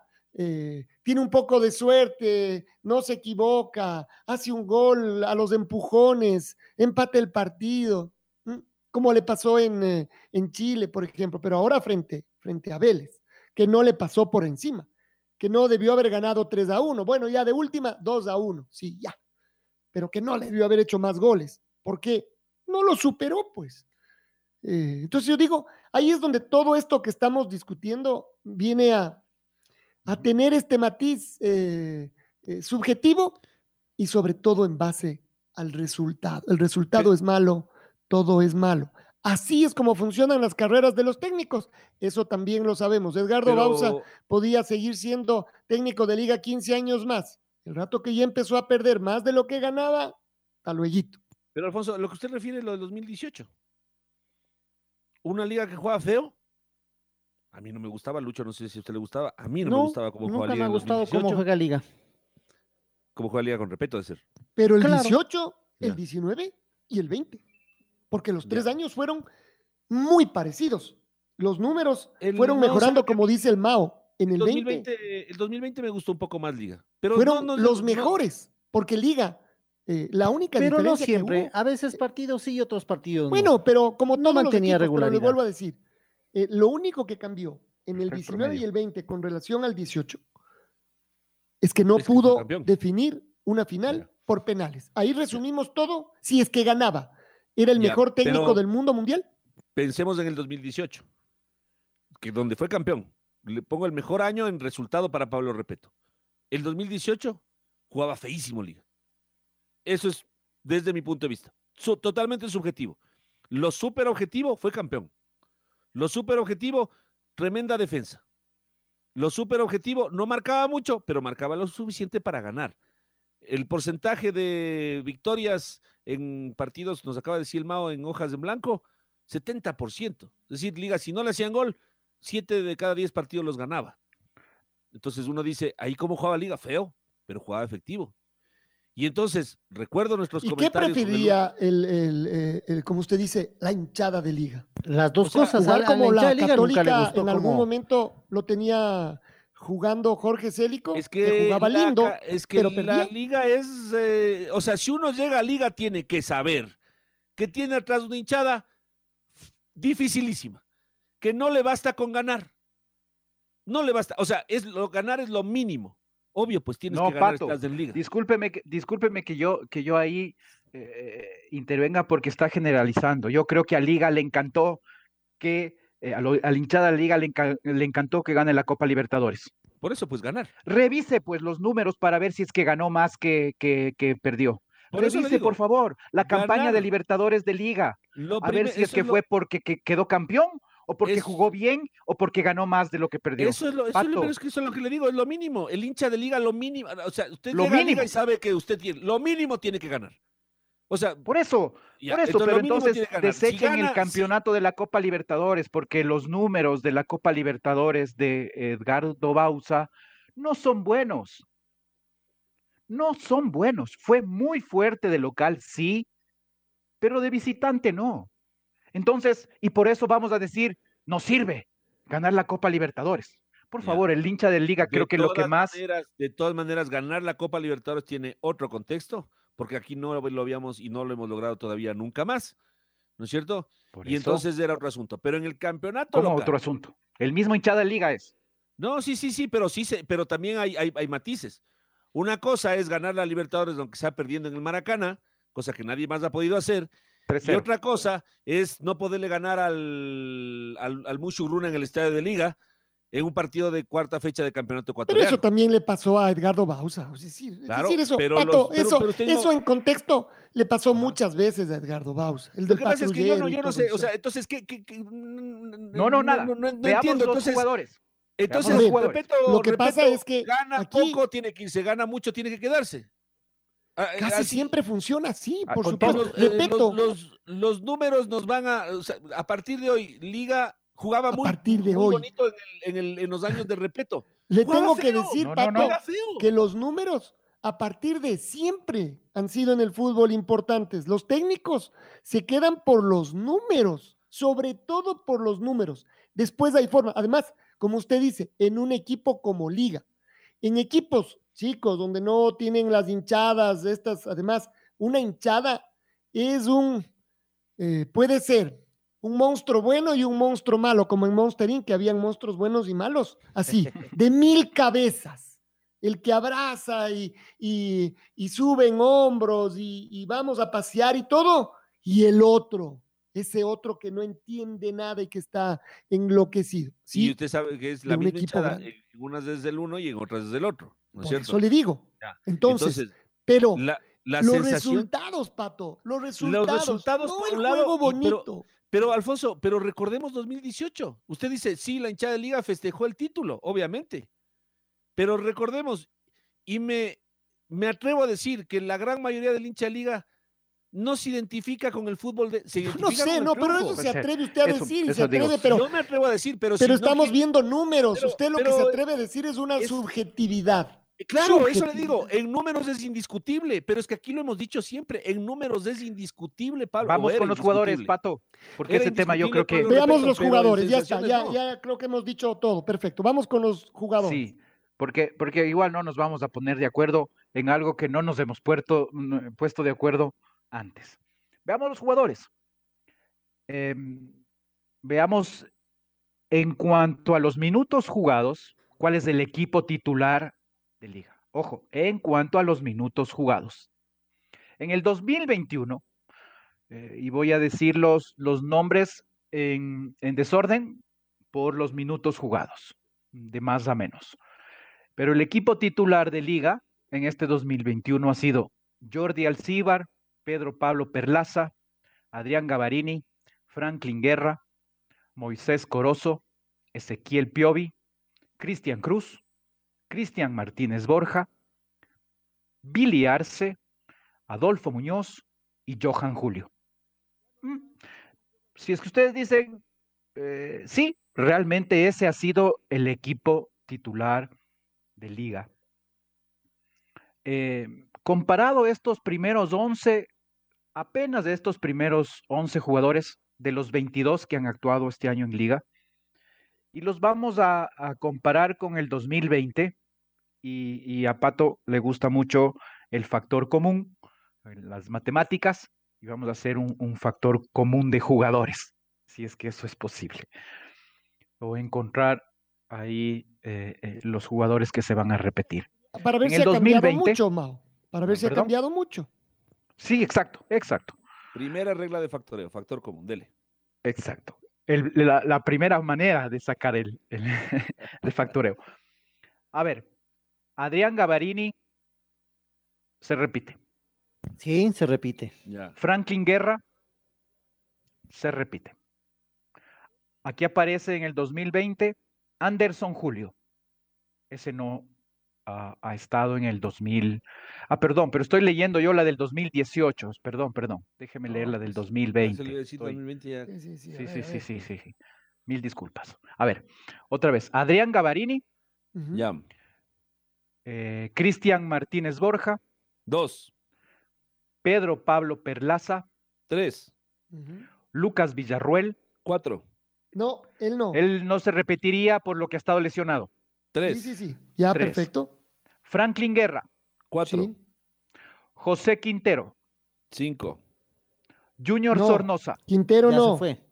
tiene un poco de suerte, no se equivoca, hace un gol a los empujones, empate el partido, como le pasó en Chile, por ejemplo, pero ahora frente a Vélez, que no le pasó por encima, que no debió haber ganado 3-1, bueno, ya de última 2-1, sí, ya, pero que no le debió haber hecho más goles, porque no lo superó, pues. Entonces yo digo, ahí es donde todo esto que estamos discutiendo viene a tener este matiz subjetivo y sobre todo en base al resultado. El resultado es malo, todo es malo. Así es como funcionan las carreras de los técnicos. Eso también lo sabemos. Edgardo Bauza podía seguir siendo técnico de Liga 15 años más. El rato que ya empezó a perder más de lo que ganaba, hasta lueguito. Pero Alfonso, lo que usted refiere es lo del 2018. Una liga que juega feo. A mí no me gustaba, Lucho, no sé si a usted le gustaba. A mí no me gustaba cómo juega Liga. Nunca me ha gustado cómo juega Liga. Cómo juega Liga con respeto, de ser. Pero el 18, el 19 y el 20. Porque los 3 años fueron muy parecidos. Los números fueron mejorando, como dice el Mao. En el 2020 me gustó un poco más Liga. Pero fueron los mejores, porque Liga, la única pero diferencia no siempre, que hubo, a veces partidos sí y otros partidos bueno, no. pero como no todos mantenía los equipos, pero le regularidad. vuelvo a decir, lo único que cambió en el Está en 19 y promedio. el 20 con relación al 18 es que no Es que fue pudo campeón. definir una final Ya. por penales. Ahí resumimos todo. Si es que ganaba, era el Ya, mejor técnico pero- del mundo mundial. Pensemos en el 2018, que donde fue campeón. Le pongo el mejor año en resultado para Pablo Repeto. El 2018 jugaba feísimo Liga. Eso es desde mi punto de vista. Totalmente subjetivo. Lo super objetivo fue campeón. Lo super objetivo, tremenda defensa. Lo super objetivo no marcaba mucho, pero marcaba lo suficiente para ganar. El porcentaje de victorias en partidos, nos acaba de decir el Mao en hojas en blanco, 70%. Es decir, Liga, si no le hacían gol, 7 de cada 10 partidos los ganaba. Entonces uno dice, ahí cómo jugaba Liga, feo, pero jugaba efectivo. Y entonces, recuerdo nuestros ¿Y qué comentarios. preferiría como usted dice, la hinchada de Liga? Las dos O sea, cosas. Jugar A como hinchada la de Liga nunca le Católica gustó en algún como- momento lo tenía jugando Jorge Célico, Es que que, jugaba lindo, pero la perdía. Liga es, o sea, si uno llega a Liga tiene que saber que tiene atrás una hinchada dificilísima, que no le basta con ganar. No le basta, o sea, ganar es lo mínimo. Obvio, pues tienes No, que ganar, Pato, estás en Liga. discúlpeme que yo ahí intervenga porque está generalizando. Yo creo que a Liga le encantó que, a la hinchada de Liga le encantó que gane la Copa Libertadores. Por eso, pues ganar. Revise pues los números para ver si es que ganó más que perdió. Por eso le Revise, digo, por favor, la campaña de ganar. Libertadores de Liga. A ver si es que fue porque quedó campeón o porque jugó bien o porque ganó más de lo que perdió. Pero es que eso es lo que le digo, es lo mínimo. El hincha de Liga, lo mínimo. O sea, usted Lo llega a Liga mínimo. y sabe que usted tiene, lo mínimo tiene que ganar. O sea, Por eso, ya, pero lo mínimo entonces tiene que ganar. Si desechen gana, el campeonato de la Copa Libertadores, porque los números de la Copa Libertadores de Edgardo Bauza no son buenos. No son buenos. Fue muy fuerte de local, sí, pero de visitante no. Entonces, y por eso vamos a decir, no sirve ganar la Copa Libertadores. Por favor, el hincha de Liga creo que lo que más... De todas maneras, ganar la Copa Libertadores tiene otro contexto, porque aquí no lo habíamos y no lo hemos logrado todavía nunca más, ¿no es cierto? Por Y eso, entonces era otro asunto. Pero en el campeonato ¿cómo local, otro asunto? El mismo hinchada de Liga es. no, sí, pero también hay matices. Una cosa es ganar la Libertadores, aunque sea perdiendo en el Maracaná, cosa que nadie más ha podido hacer. 3-0. Y otra cosa es no poderle ganar al Mushuruna en el estadio de Liga en un partido de cuarta fecha de campeonato Pero ecuatoriano. eso también le pasó a Edgardo Bauza. Es decir, Claro, eso, pero Pato, pero usted eso no- en contexto le pasó muchas veces a Edgardo Bauza. El Lo del que pasa es que yo patrullero y no todo sé, eso. o sea, entonces, No, nada. No Veamos entiendo. los Entonces, jugadores. entonces Veamos los jugadores. Lo que pasa es que gana aquí- poco, tiene que irse, gana mucho, tiene que quedarse. Casi Así- siempre funciona así, por contamos, supuesto. Repito, los números nos van o sea, a partir de hoy, Liga jugaba A muy, partir de muy hoy. bonito en los años de Repeto. le jugaba tengo que feo. decir, No, no, Pato, no. Era feo. que los números a partir de siempre han sido en el fútbol importantes. Los técnicos se quedan por los números, sobre todo por los números. Después hay forma. Además, como usted dice, en un equipo como Liga, en equipos chicos donde no tienen las hinchadas estas, además, una hinchada es puede ser un monstruo bueno y un monstruo malo, como en Monster Inc., que habían monstruos buenos y malos, así, de 1000 cabezas. El que abraza y sube en hombros y vamos a pasear y todo, y el otro, ese otro que no entiende nada y que está enloquecido. Y ¿sí? usted sabe que es de la un misma equipo hinchada, grande. en unas desde el uno y en otras desde el otro, ¿no es Por cierto? eso le digo. Ya. Entonces, pero la los sensación, resultados, Pato, los resultados, por no el un lado, juego bonito. pero Alfonso, pero recordemos 2018. Usted dice, sí, la hinchada de Liga festejó el título, obviamente. Pero recordemos, y me atrevo a decir que la gran mayoría del hincha de Liga no se identifica con el fútbol. Se No identifica con sé, el no, pero triunfo. eso se atreve usted a Eso- decir y eso se atreve, digo. pero, Yo me atrevo a decir, pero si no estamos que- viendo números. pero- Usted lo que pero se atreve a decir es una es- subjetividad. Claro, eso le digo, en números es indiscutible, pero es que aquí lo hemos dicho siempre, en números es indiscutible, Pablo. Vamos con los jugadores, Pato, porque ese tema yo creo que... Veamos los jugadores, ya está, ya creo que hemos dicho todo, perfecto. Vamos con los jugadores. Sí, porque igual no nos vamos a poner de acuerdo en algo que no nos hemos puesto de acuerdo antes. Veamos los jugadores. Veamos en cuanto a los minutos jugados, cuál es el equipo titular de liga. Ojo, en cuanto a los minutos jugados. En el 2021, y voy a decir los nombres en desorden por los minutos jugados, de más a menos. Pero el equipo titular de liga en este 2021 ha sido Jordi Alcíbar, Pedro Pablo Perlaza, Adrián Gavarini, Franklin Guerra, Moisés Corozo, Ezequiel Piovi, Cristian Cruz, Cristian Martínez Borja, Billy Arce, Adolfo Muñoz y Johan Julio. Si es que ustedes dicen, sí, realmente ese ha sido el equipo titular de liga. Comparado estos primeros 11, apenas de estos primeros 11 jugadores de los 22 que han actuado este año en liga, y los vamos a comparar con el 2020, y a Pato le gusta mucho el factor común, las matemáticas, y vamos a hacer un factor común de jugadores, si es que eso es posible. O encontrar ahí los jugadores que se van a repetir. Para ver si ha cambiado mucho, Mao. Para ver si ha cambiado mucho. Sí, exacto. Primera regla de factoreo, factor común, dele. Exacto. La primera manera de sacar el factoreo. A ver, Adrián Gavarini se repite. Sí, se repite. Ya. Franklin Guerra se repite. Aquí aparece en el 2020 Anderson Julio. Ese no ha estado en el 2000. Perdón, pero estoy leyendo yo la del 2018. Perdón. Déjeme leer la del 2020. Sí. Mil disculpas. A ver, otra vez. Adrián Gavarini. Ya. Cristian Martínez Borja. 2. Pedro Pablo Perlaza. 3. Lucas Villarruel. 4. No, él no. Él no se repetiría por lo que ha estado lesionado. 3. Sí. Ya, 3. Perfecto. Franklin Guerra. 4. Sí. José Quintero. 5. Junior Sornosa. Quintero ya no. Se fue.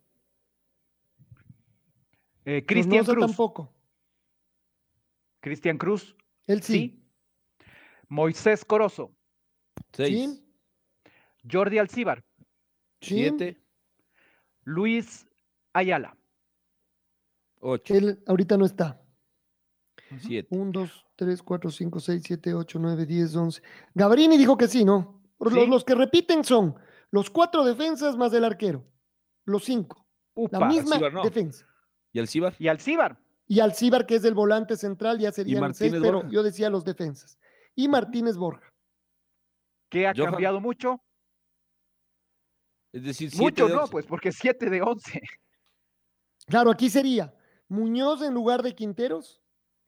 Cristian Cruz. Tampoco. Cristian Cruz. Él sí. Moisés Corozo. 6. Sí. Jordi Alcíbar. 7. Luis Ayala. 8. Él ahorita no está. 7. 1, 2, 3, 4, 5, 6, 7, 8, 9, 10, 11. Gavarini dijo que sí, ¿no? ¿Sí? Los que repiten son los 4 defensas más el arquero. Los 5. La misma defensa. ¿Y Alcíbar? Y Alcíbar, que es el volante central, ya serían 6, pero Borja. yo decía los defensas. Y Martínez Borja. ¿Qué ha cambiado mucho? Es decir, mucho no, pues, porque 7 de 11. Claro, aquí sería Muñoz en lugar de Quinteros,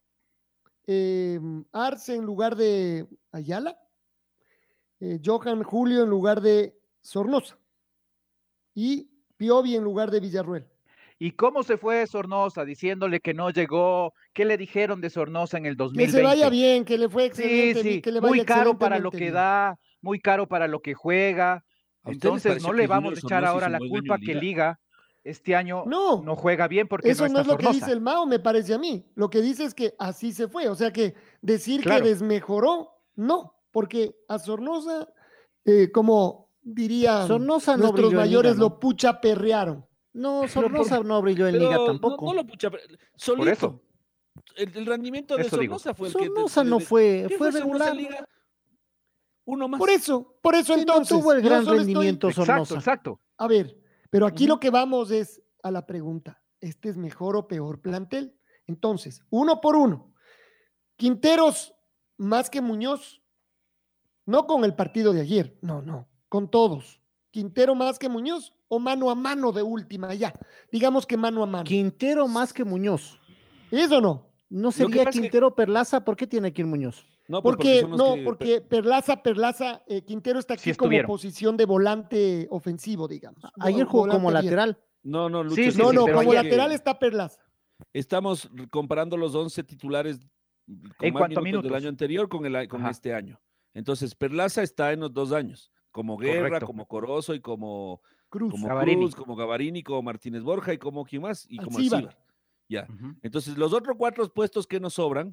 Arce en lugar de Ayala, Johan Julio en lugar de Sornosa y Piovi en lugar de Villarruel. ¿Y cómo se fue Sornosa diciéndole que no llegó? ¿Qué le dijeron de Sornosa en el 2020? Que se vaya bien, que le fue excelente. Sí, que le vaya muy caro para lo que bien. da, muy caro para lo que juega. Entonces no le vamos a echar ahora la culpa que Liga este año no juega bien porque eso no está es lo Sornosa. que dice el Mao, me parece a mí. Lo que dice es que así se fue. O sea que decir que desmejoró, no, porque a Sornosa, como dirían Sornosa nuestros mayores, Liga, ¿no? Lo pucha perrearon. No, Sornosa no brilló en Liga tampoco. No lo pucha, solito. Por eso. El rendimiento de Sornosa fue el que... Sornosa no fue regular. Liga? Uno más. Por eso Sí, entonces. no tuvo el gran rendimiento Sornosa. Exacto. A ver, pero aquí lo que vamos es a la pregunta, ¿este es mejor o peor plantel? Entonces, 1 por 1. Quinteros más que Muñoz, no con el partido de ayer, no, con todos. Quintero más que Muñoz o mano a mano de última, ya. Digamos que mano a mano. Quintero más que Muñoz. ¿Eso no? ¿No sería Quintero Perlaza? ¿Por qué tiene que ir Muñoz? No, pues Porque, son los no, que- porque Perlaza, Quintero está aquí Sí como estuvieron. posición de volante ofensivo, digamos. Ayer jugó como Volante diez. lateral. No, Lucho. Sí, es sí, que- No, sí, no, pero como ayer- lateral está Perlaza. Estamos comparando los 11 titulares con En más cuanto a minutos del minutos. año anterior con Ajá. este año. Entonces, Perlaza está en los 2 años, como Guerra, Correcto. como Corozo y como Cruz. Gavarini. Cruz, como Gavarini, como Martínez Borja y como quién más, y como Alcíbar. Alcíbar. Ya. Ujú. Entonces, los otros 4 puestos que nos sobran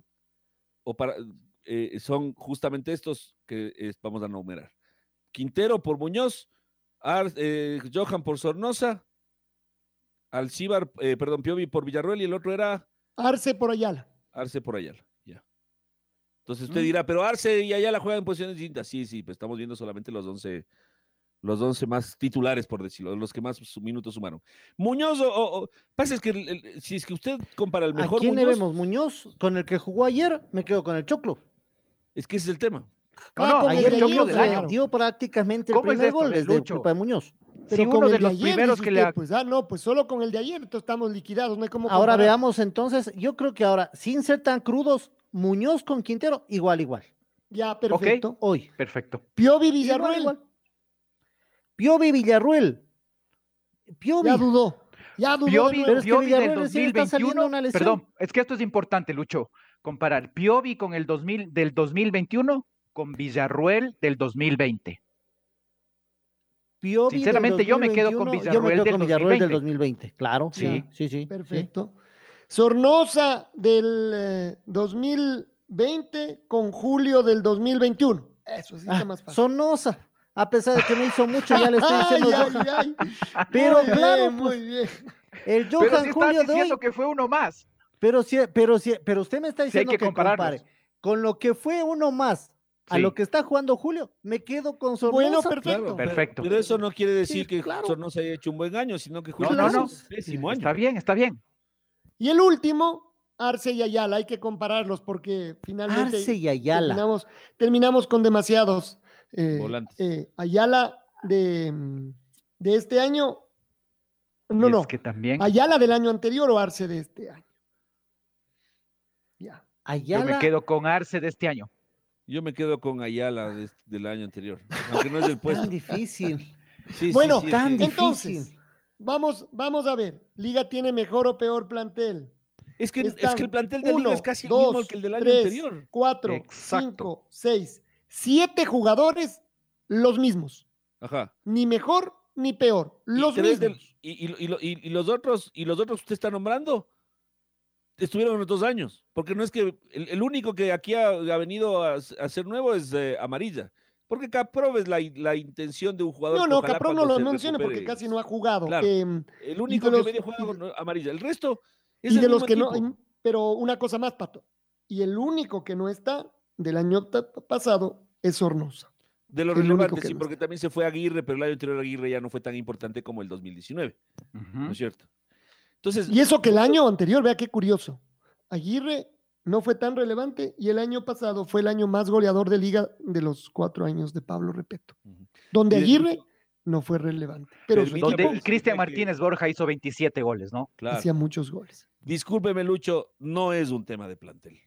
son justamente estos que vamos a enumerar. Quintero por Muñoz, Johan por Sornosa, Alcíbar, Piovi por Villarroel y el otro era Arce por Ayala. Arce por Ayala. Ya. Entonces usted dirá, pero Arce y Ayala juegan en posiciones distintas. Sí, pues estamos viendo solamente los 11 más titulares, por decirlo, los que más minutos sumaron. Muñoz, pasa es que si es que usted compara el ¿A mejor quién le Muñoz, vemos? Muñoz, con el que jugó ayer, me quedo con el Choclo. es que ese es el tema. No, con Ayer el de Choclo ayer, del claro. año. dio prácticamente el ¿Cómo es primer esto, gol desde Lucho? culpa de Muñoz. Pero Sí, con uno el de los ayer, primeros dice que usted, le... pues, no, pues solo con el de ayer, entonces estamos liquidados, no hay cómo Ahora comparar. veamos entonces, yo creo que ahora, sin ser tan crudos, Muñoz con Quintero, igual. Ya, perfecto. Hoy. Perfecto. Piovi Villarroel, Igual. Piovi Villarruel. Piovi. ya dudó. Ya dudó. Piovi, de nuevo. Pero es que Piovi del Villarroel recién está saliendo 2021, una lesión. perdón, es que esto es importante, Lucho, comparar Piovi con el del 2021 con Villarruel del 2020. Piovi Sinceramente, del yo me quedo con 2021, Villarroel yo me quedo del con Villarroel del 2020. 2020. Claro, Sí. sí. Perfecto. Sornosa del 2020 con Julio del 2021. Eso sí está más fácil. Sornosa. A pesar de que no hizo mucho, ya le estoy diciendo Ay, Johan. ay, ay. Pero Muy claro, bien, pues, muy bien. el Pero Johan sí Julio estás de hoy. diciendo que fue uno más. Pero usted me está Sí, hay diciendo que que compararlos. compare. Con lo que fue uno más a Sí. lo que está jugando Julio, me quedo con Sornosa. Bueno, perfecto. Claro, Perfecto. Pero eso no quiere decir Sí, que claro. Sornosa haya hecho un buen año, sino que No, Julio no, hizo no. un pésimo año. Está bien. Y el último, Arce y Ayala, hay que compararlos porque finalmente Arce y Ayala. terminamos con demasiados Volantes. Ayala de este año. Y No, es que también Ayala del año anterior o Arce de este año. Ya. yo Ayala. me quedo con Arce de este año. Yo me quedo con Ayala del año anterior, aunque no es del puesto. Tan difícil. Sí, Bueno, sí, tan sí. difícil. Entonces, vamos a ver. ¿Liga tiene mejor o peor plantel? Es que Están el plantel de Liga 1, es casi el 2, mismo que el del año 3, anterior. 4, Exacto. 5, 6, 7 jugadores, los mismos. Ajá. Ni mejor ni peor. Los Y tres mismos. y los otros que usted está nombrando estuvieron en los 2 años, porque no es que el único que aquí ha venido a ser nuevo es Amarilla, porque Caprov es la intención de un jugador. No, que ojalá Caprón no cuando lo se mencione porque recupere. casi no ha jugado. Claro. El único los- que medio juega con Amarilla, el resto es Y el de los mismo que equipo. no, pero una cosa más, Pato. Y el único que no está del año pasado es Sornosa. De los el único relevantes, que sí, no porque también se fue Aguirre, pero el año anterior Aguirre ya no fue tan importante como el 2019, ¿no es cierto? Entonces, Y eso que el año anterior, vea qué curioso. Aguirre no fue tan relevante y el año pasado fue el año más goleador de liga de los 4 años de Pablo Repeto, donde Y de- Aguirre no fue relevante, pero su Permítame- equipo Donde Cristian Martínez Borja hizo 27 goles, ¿no? claro. hacía muchos goles. Discúlpeme, Lucho, no es un tema de plantel.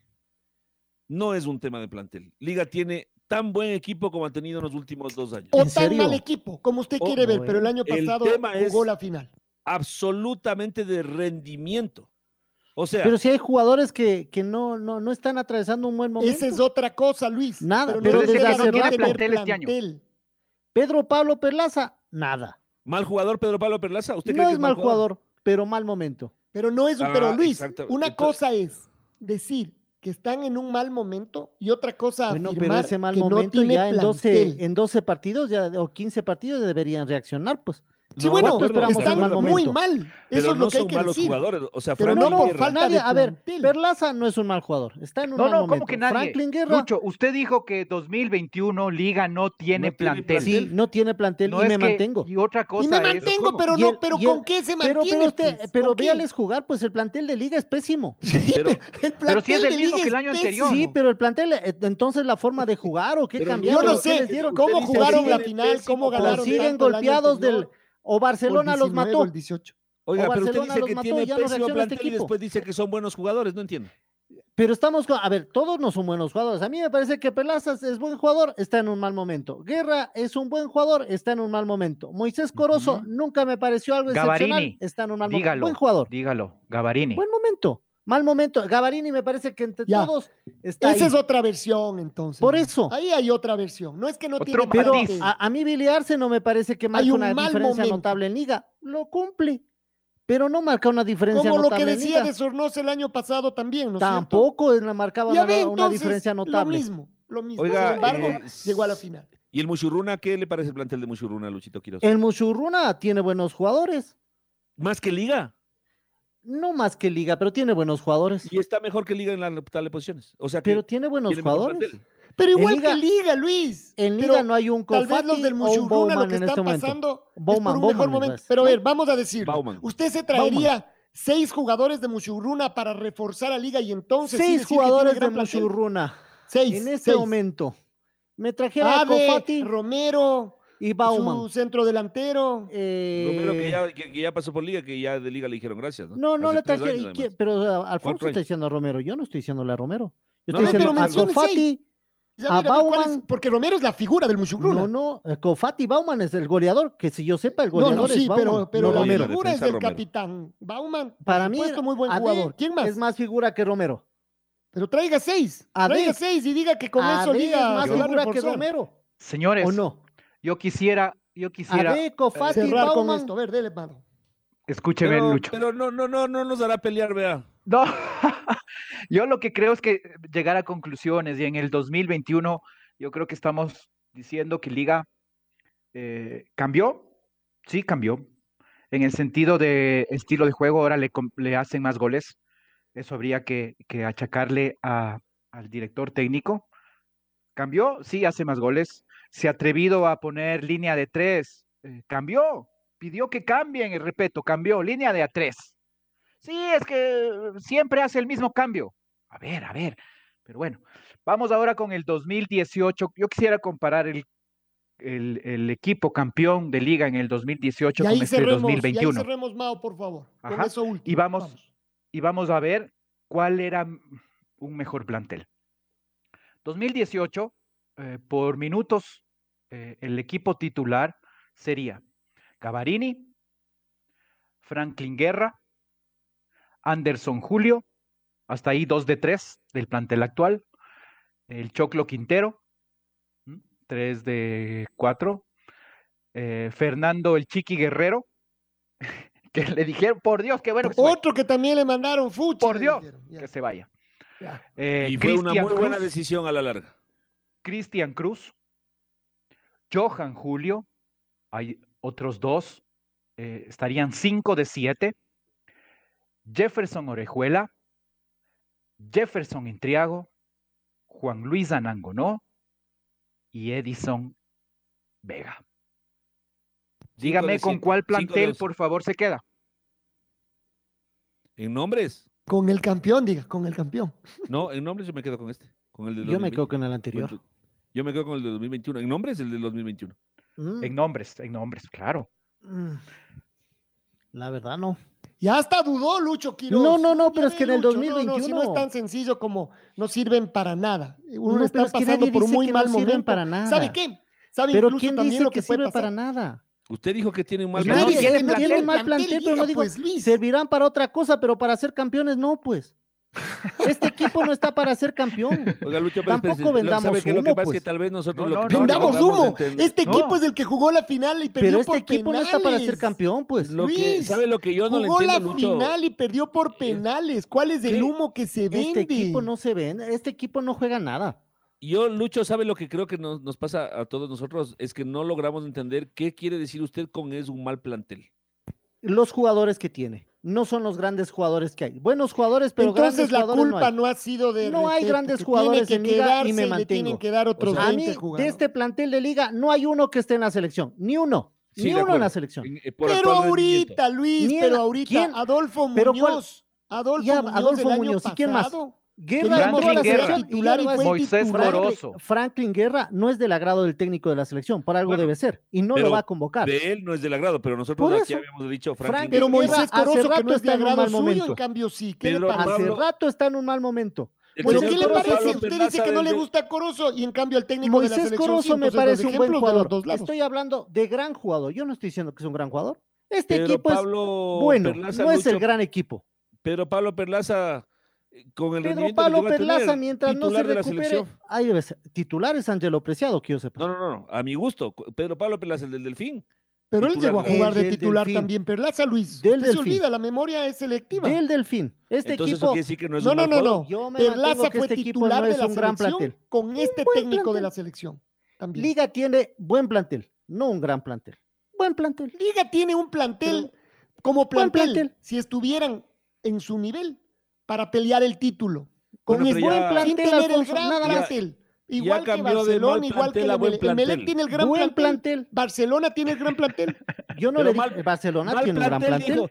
No es un tema de plantel. Liga tiene tan buen equipo como ha tenido en los últimos 2 años. O ¿En tan serio? mal equipo, como usted Oh, quiere ver, bueno. pero el año El pasado tema jugó es- la final. Absolutamente de rendimiento. O sea, Pero si hay jugadores que no están atravesando un buen momento. Esa es otra cosa, Luis. Nada, no pero es desde que hace no quiere rato- tener plantel este año. plantel. Pedro Pablo Perlaza, nada. mal jugador Pedro Pablo Perlaza. ¿Usted cree No que es mal jugador, pero mal momento. Pero no es un, Ah, pero Luis, exacto. una Entonces- cosa es decir que están en un mal momento y otra cosa Bueno, pero afirmar ese mal que no momento tiene ya en plantel. 12 partidos ya, o 15 partidos ya deberían reaccionar, pues. Sí, No, bueno, ¿cuánto esperamos están en mal muy momento? mal. Pero Eso es no lo que hay son que malos decir. jugadores. O sea, Pero Franklin no por Guerra- falta Nadie, de a ver, plantel. Perlaza no es un mal jugador, está en un No, mal no, momento. ¿cómo que nadie? Franklin Guerra, Lucho, usted dijo que 2021 Liga no tiene No tiene plantel. sí, no tiene plantel No y es me que- mantengo. Y otra cosa Y me es... mantengo, ¿cómo? pero Y no, el- pero y ¿con el- qué se Pero, mantiene? pero pues? ¿Con qué? véales jugar, pues el plantel de liga es pésimo. Pero- El Pero si es plantel el de mismo liga que el es año pésimo. anterior. Sí, pero el plantel, entonces la forma de jugar o qué Pero cambiaron. Yo no ¿Qué les sé dieron? cómo Usted jugaron dice la que final, pésimo, cómo pero ganaron. siguen tanto el año golpeados anterior, o Barcelona o el los 19 mató. o el 18. Oiga, O pero usted Barcelona dice los que mató, tiene ya no pésimo reacciona este plantel y equipo. después dice que son buenos jugadores. No entiendo. Pero a ver, todos no son buenos jugadores. A mí me parece que Perlaza es buen jugador, está en un mal momento. Guerra es un buen jugador, está en un mal momento. Moisés Corozo nunca me pareció algo excepcional, está en un mal momento. Buen jugador. Dígalo, Gavarini. Buen momento, mal momento. Gavarini me parece que entre todos está Esa ahí. es otra versión, entonces. Por eso. Ahí hay otra versión. No es que no tiene Pero matiz. a mí Billy Arce no me parece que marque una diferencia notable en Liga. Lo cumple. Pero no marca una diferencia como notable. Como lo que decía de Sornosa el año pasado también, ¿no? Tampoco marcaba una diferencia notable. Lo mismo. Oiga, sin embargo, llegó a la final. ¿Y el Mushurruna? ¿Qué le parece el plantel de Mushurruna, Luchito Quiroz? El Mushurruna tiene buenos jugadores. ¿Más que Liga? No más que Liga, pero tiene buenos jugadores. Y está mejor que Liga en las tales posiciones. O sea que pero tiene buenos jugadores. Pero igual que Liga, Luis. En Liga no hay un Tal vez los del Mushurruna lo que están pasando es por un mejor momento. Pero a ver, vamos a decirlo. ¿Usted se traería 6 jugadores de Mushurruna para reforzar a Liga y entonces 6 jugadores de Mushurruna 6 en este momento? Me trajera a Cofati, Romero y Bauman, su centro delantero. Romero que ya pasó por Liga, que ya de Liga le dijeron gracias, ¿no? No le traje, pero Alfonso está diciendo a Romero, yo no estoy diciéndole a Romero. Yo estoy diciendo a Cofati, a Bauman. Porque Romero es la figura del Mushurruna. No, Cofati Bauman es el goleador, que si yo sepa, el goleador es Bauman. Pero la Romero. figura es el capitán. Bauman, para mí, muy buen jugador. ¿Quién más? Es más figura que Romero. Pero traiga 6. Traiga 6 y diga que con eso Liga es más figura que Romero. Señores, ¿o no? Yo quisiera Cofati, cerrar Bauman. con esto. A ver, dele, mano. Escúcheme, Lucho. Pero no nos hará pelear, vea. No, yo lo que creo es que llegar a conclusiones y en el 2021 yo creo que estamos diciendo que Liga cambió, sí cambió, en el sentido de estilo de juego, ahora le hacen más goles, eso habría que achacarle al director técnico. Cambió, sí, hace más goles, se ha atrevido a poner línea de 3, cambió, pidió que cambien, y repito, cambió, línea de A3. Sí, es que siempre hace el mismo cambio. A ver, pero bueno, vamos ahora con el 2018. Yo quisiera comparar el equipo campeón de Liga en el 2018 con este 2021. Y ahí cerremos, Mao, por favor. Ajá. Con eso último. Y vamos a ver cuál era un mejor plantel. 2018, por minutos, el equipo titular sería Gavarini, Franklin Guerra, Anderson Julio, hasta ahí 2 de 3 del plantel actual, el Choclo Quintero, 3 de 4, Fernando el Chiqui Guerrero, que le dijeron, por Dios, qué bueno. Otro que también le mandaron fuchi. Por Dios, que se vaya. Y fue una muy buena decisión a la larga. Cristian Cruz, Johan Julio, hay otros 2, estarían 5 de 7. Jefferson Orejuela, Jefferson Intriago, Juan Luis Anangonó y Edison Vega. Dígame con cuál plantel, por favor, se queda. ¿En nombres? Con el campeón, diga, con el campeón. No, en nombres yo me quedo con este. Con el de yo me quedo con el anterior. Yo me quedo con el de 2021. ¿En nombres? El de 2021. En nombres, claro. La verdad, no. Ya hasta dudó Lucho Quiroz. No, pero es que en el 2021... No, si no es tan sencillo como no sirven para nada. Uno está pasando por un muy mal momento. Para nada. ¿Sabe qué? ¿Sabe pero incluso ¿quién también dice lo que sirve para nada? Usted dijo que tiene un mal plantel. plantel. Tiene un mal plantel, pero no digo, pues, Luis. servirán para otra cosa, pero para ser campeones no, pues. Este equipo no está para ser campeón. Oiga, Lucho, tampoco vendamos ¿sabe qué? Lo que humo, pasa pues. es que tal vez nosotros vendamos humo. Este equipo es el que jugó la final y perdió por penales. Pero este equipo no está para ser campeón, pues. ¿Sabe lo que yo no le entiendo, Lucho? Jugó la final y perdió por penales. ¿Cuál es el humo que se vende? Este equipo no se vende. Este equipo no juega nada. Yo, Lucho, ¿sabe lo que creo que nos pasa a todos nosotros? Es que no logramos entender qué quiere decir usted con es un mal plantel. Los jugadores que tiene. No son los grandes jugadores que hay. Buenos jugadores, pero entonces grandes jugadores la culpa no ha sido de... No hay grandes jugadores en Liga y me mantengo. Tienen que dar otros 20 jugadores. De este plantel de Liga no hay uno que esté en la selección. Ni uno. Sí, ni uno en la selección. Pero ahorita, Luis, ¿Quién? Adolfo Muñoz. Adolfo Muñoz. ¿Y quién más? Guerra, titular y Moisés Corozo. Franklin Guerra no es del agrado del técnico de la selección, por algo debe ser, y no lo va a convocar. De él no es del agrado, pero nosotros aquí habíamos dicho Franklin. Pero Moisés Corozo, que no es de agrado suyo, momento. En cambio sí. Hace rato está en un mal momento. ¿Pero qué le Corozo, parece? Pablo Usted Perlaza dice que no le desde- gusta Corozo y en cambio el técnico de la Moisés selección Corozo me entonces, parece los un buen ejemplos de los jugador. dos lados. Estoy hablando de gran jugador. Yo no estoy diciendo que es un gran jugador. Este Pero equipo Pablo es bueno, Perlaza, no es el Lucho, gran equipo. Pero Pablo Perlaza, con el Pedro rendimiento Pablo que va a Perlaza, tener, mientras no se titular de la recupere, selección. ahí debe ser. Titular es Ángelo Preciado, que yo sepa. No, a mi gusto. Pedro Pablo Perlaza, el del Delfín. Pero él titular llegó a del- jugar de del titular Delfín. también Perlaza, Luis. Del Usted se Delfín. olvida, la memoria es selectiva. Del Delfín. Este Entonces eso equipo, quiere decir que no es No, un no, mal no, jugador. no. yo me mantengo Perlaza que fue este equipo titular no de es la un gran selección plantel. con este buen técnico de plantel. la selección. También. Liga tiene buen plantel, no un gran plantel. Buen plantel. Liga tiene un plantel como buen plantel, plantel. si estuvieran en su nivel para pelear el título. Con Bueno, este pero buen ya- plantel, sin Plantel, tener el Alfonso, gran nada más. plantel. Igual que cambió de Barcelona, mal igual que plantel a buen el Emelec plantel. tiene el gran Buen plantel. plantel. Barcelona tiene el gran plantel. Yo no Pero le dije, Barcelona Mal tiene un gran plantel. dijo,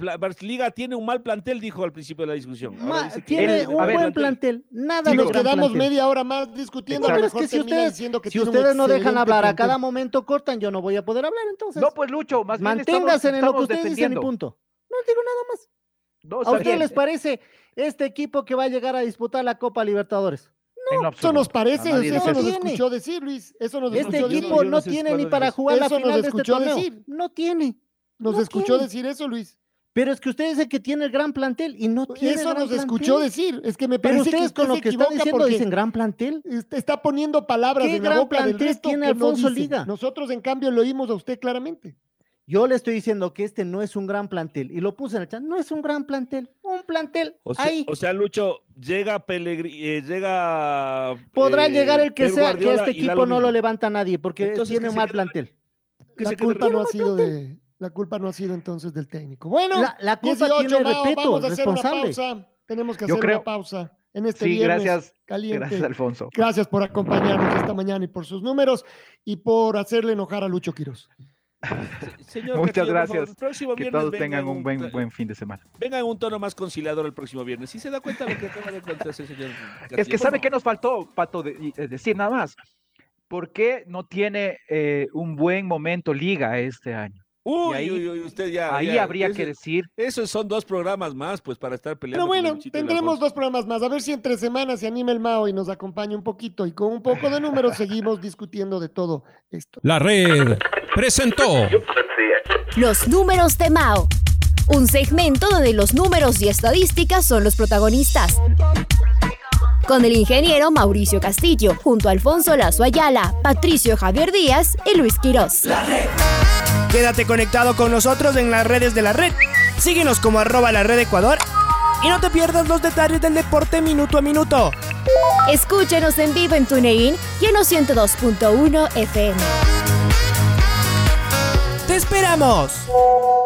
Liga tiene un mal plantel, dijo al principio de la discusión. Ahora dice que Tiene un un buen buen plantel. Nada Si de nos gran quedamos plantel. media hora más discutiendo, No, a lo pero es mejor que si termina ustedes, diciendo que si tiene un ustedes no dejan excelente hablar, a plantel. cada momento cortan, yo no voy a poder hablar, entonces. No, pues Lucho, más bien manténganse en lo que estamos ustedes dicen y defendiendo. punto. No digo nada más. No, ¿A está ustedes bien. les parece este equipo que va a llegar a disputar la Copa Libertadores? En lo Eso nos absoluto. parece, A nadie eso le nos parece. escuchó decir, Luis. Eso nos Este escuchó decir. equipo yo no no sé tiene cuándo ni para dices. jugar la Eso nos final de este escuchó torneo. decir. No tiene. Nos No escuchó tiene. decir eso, Luis. Pero es que ustedes dicen que tiene el gran plantel y no tiene Eso gran nos plantel. escuchó decir. Es que me Pero parece que ustedes usted con lo se que están equivoca diciendo porque dicen gran plantel. está poniendo palabras ¿Qué en la gran boca del plantel resto tiene que no Alfonso dice. Liga? Nosotros, en cambio, lo oímos a usted claramente. Yo le estoy diciendo que este no es un gran plantel y lo puse en el chat. No es un gran plantel. Un plantel ahí. O sea, Lucho, llega Pellegrini, llega... Podrá llegar el que Pep sea, que Guardiola este y da equipo no lo mismo. levanta nadie porque Entonces, tiene que un se mal quede- plantel. que La se quede culpa tranquilo. no ha sido la culpa no ha sido entonces del técnico. Bueno, La culpa 18, tiene, Mao, repito, vamos a hacer responsable. una pausa. Tenemos que Yo hacer creo- una pausa en este Sí, viernes gracias. caliente. Gracias, Alfonso. Gracias por acompañarnos esta mañana y por sus números y por hacerle enojar a Lucho Quiroz. Señor Muchas Castillo, por favor, gracias. el próximo Que viernes todos venga tengan en un buen fin de semana. Venga en un tono más conciliador el próximo viernes. ¿Sí se da cuenta de lo que acaba de encontrarse, señor Castillo? Es que ¿sabe qué nos faltó, Pato, decir nada más? ¿Por qué no tiene un buen momento Liga este año? Uy, Y ahí- uy, usted ya... Ahí ya, habría ese- que decir, Esos son 2 programas más, pues, para estar peleando. Pero con el bueno, Luchito y el tendremos Alfonso. 2 programas más. A ver si entre semanas se anima el Mao y nos acompaña un poquito. Y con un poco de números seguimos discutiendo de todo esto. La Red presentó Los números de Mao. Un segmento donde los números y estadísticas son los protagonistas. Con el ingeniero Mauricio Castillo, junto a Alfonso Lazo Ayala, Patricio Javier Díaz y Luis Quirós. La Red. Quédate conectado con nosotros en las redes de la red. Síguenos como @LaRedEcuador y no te pierdas los detalles del deporte minuto a minuto. Escúchanos en vivo en TuneIn y en los 102.1 FM. ¡Te esperamos!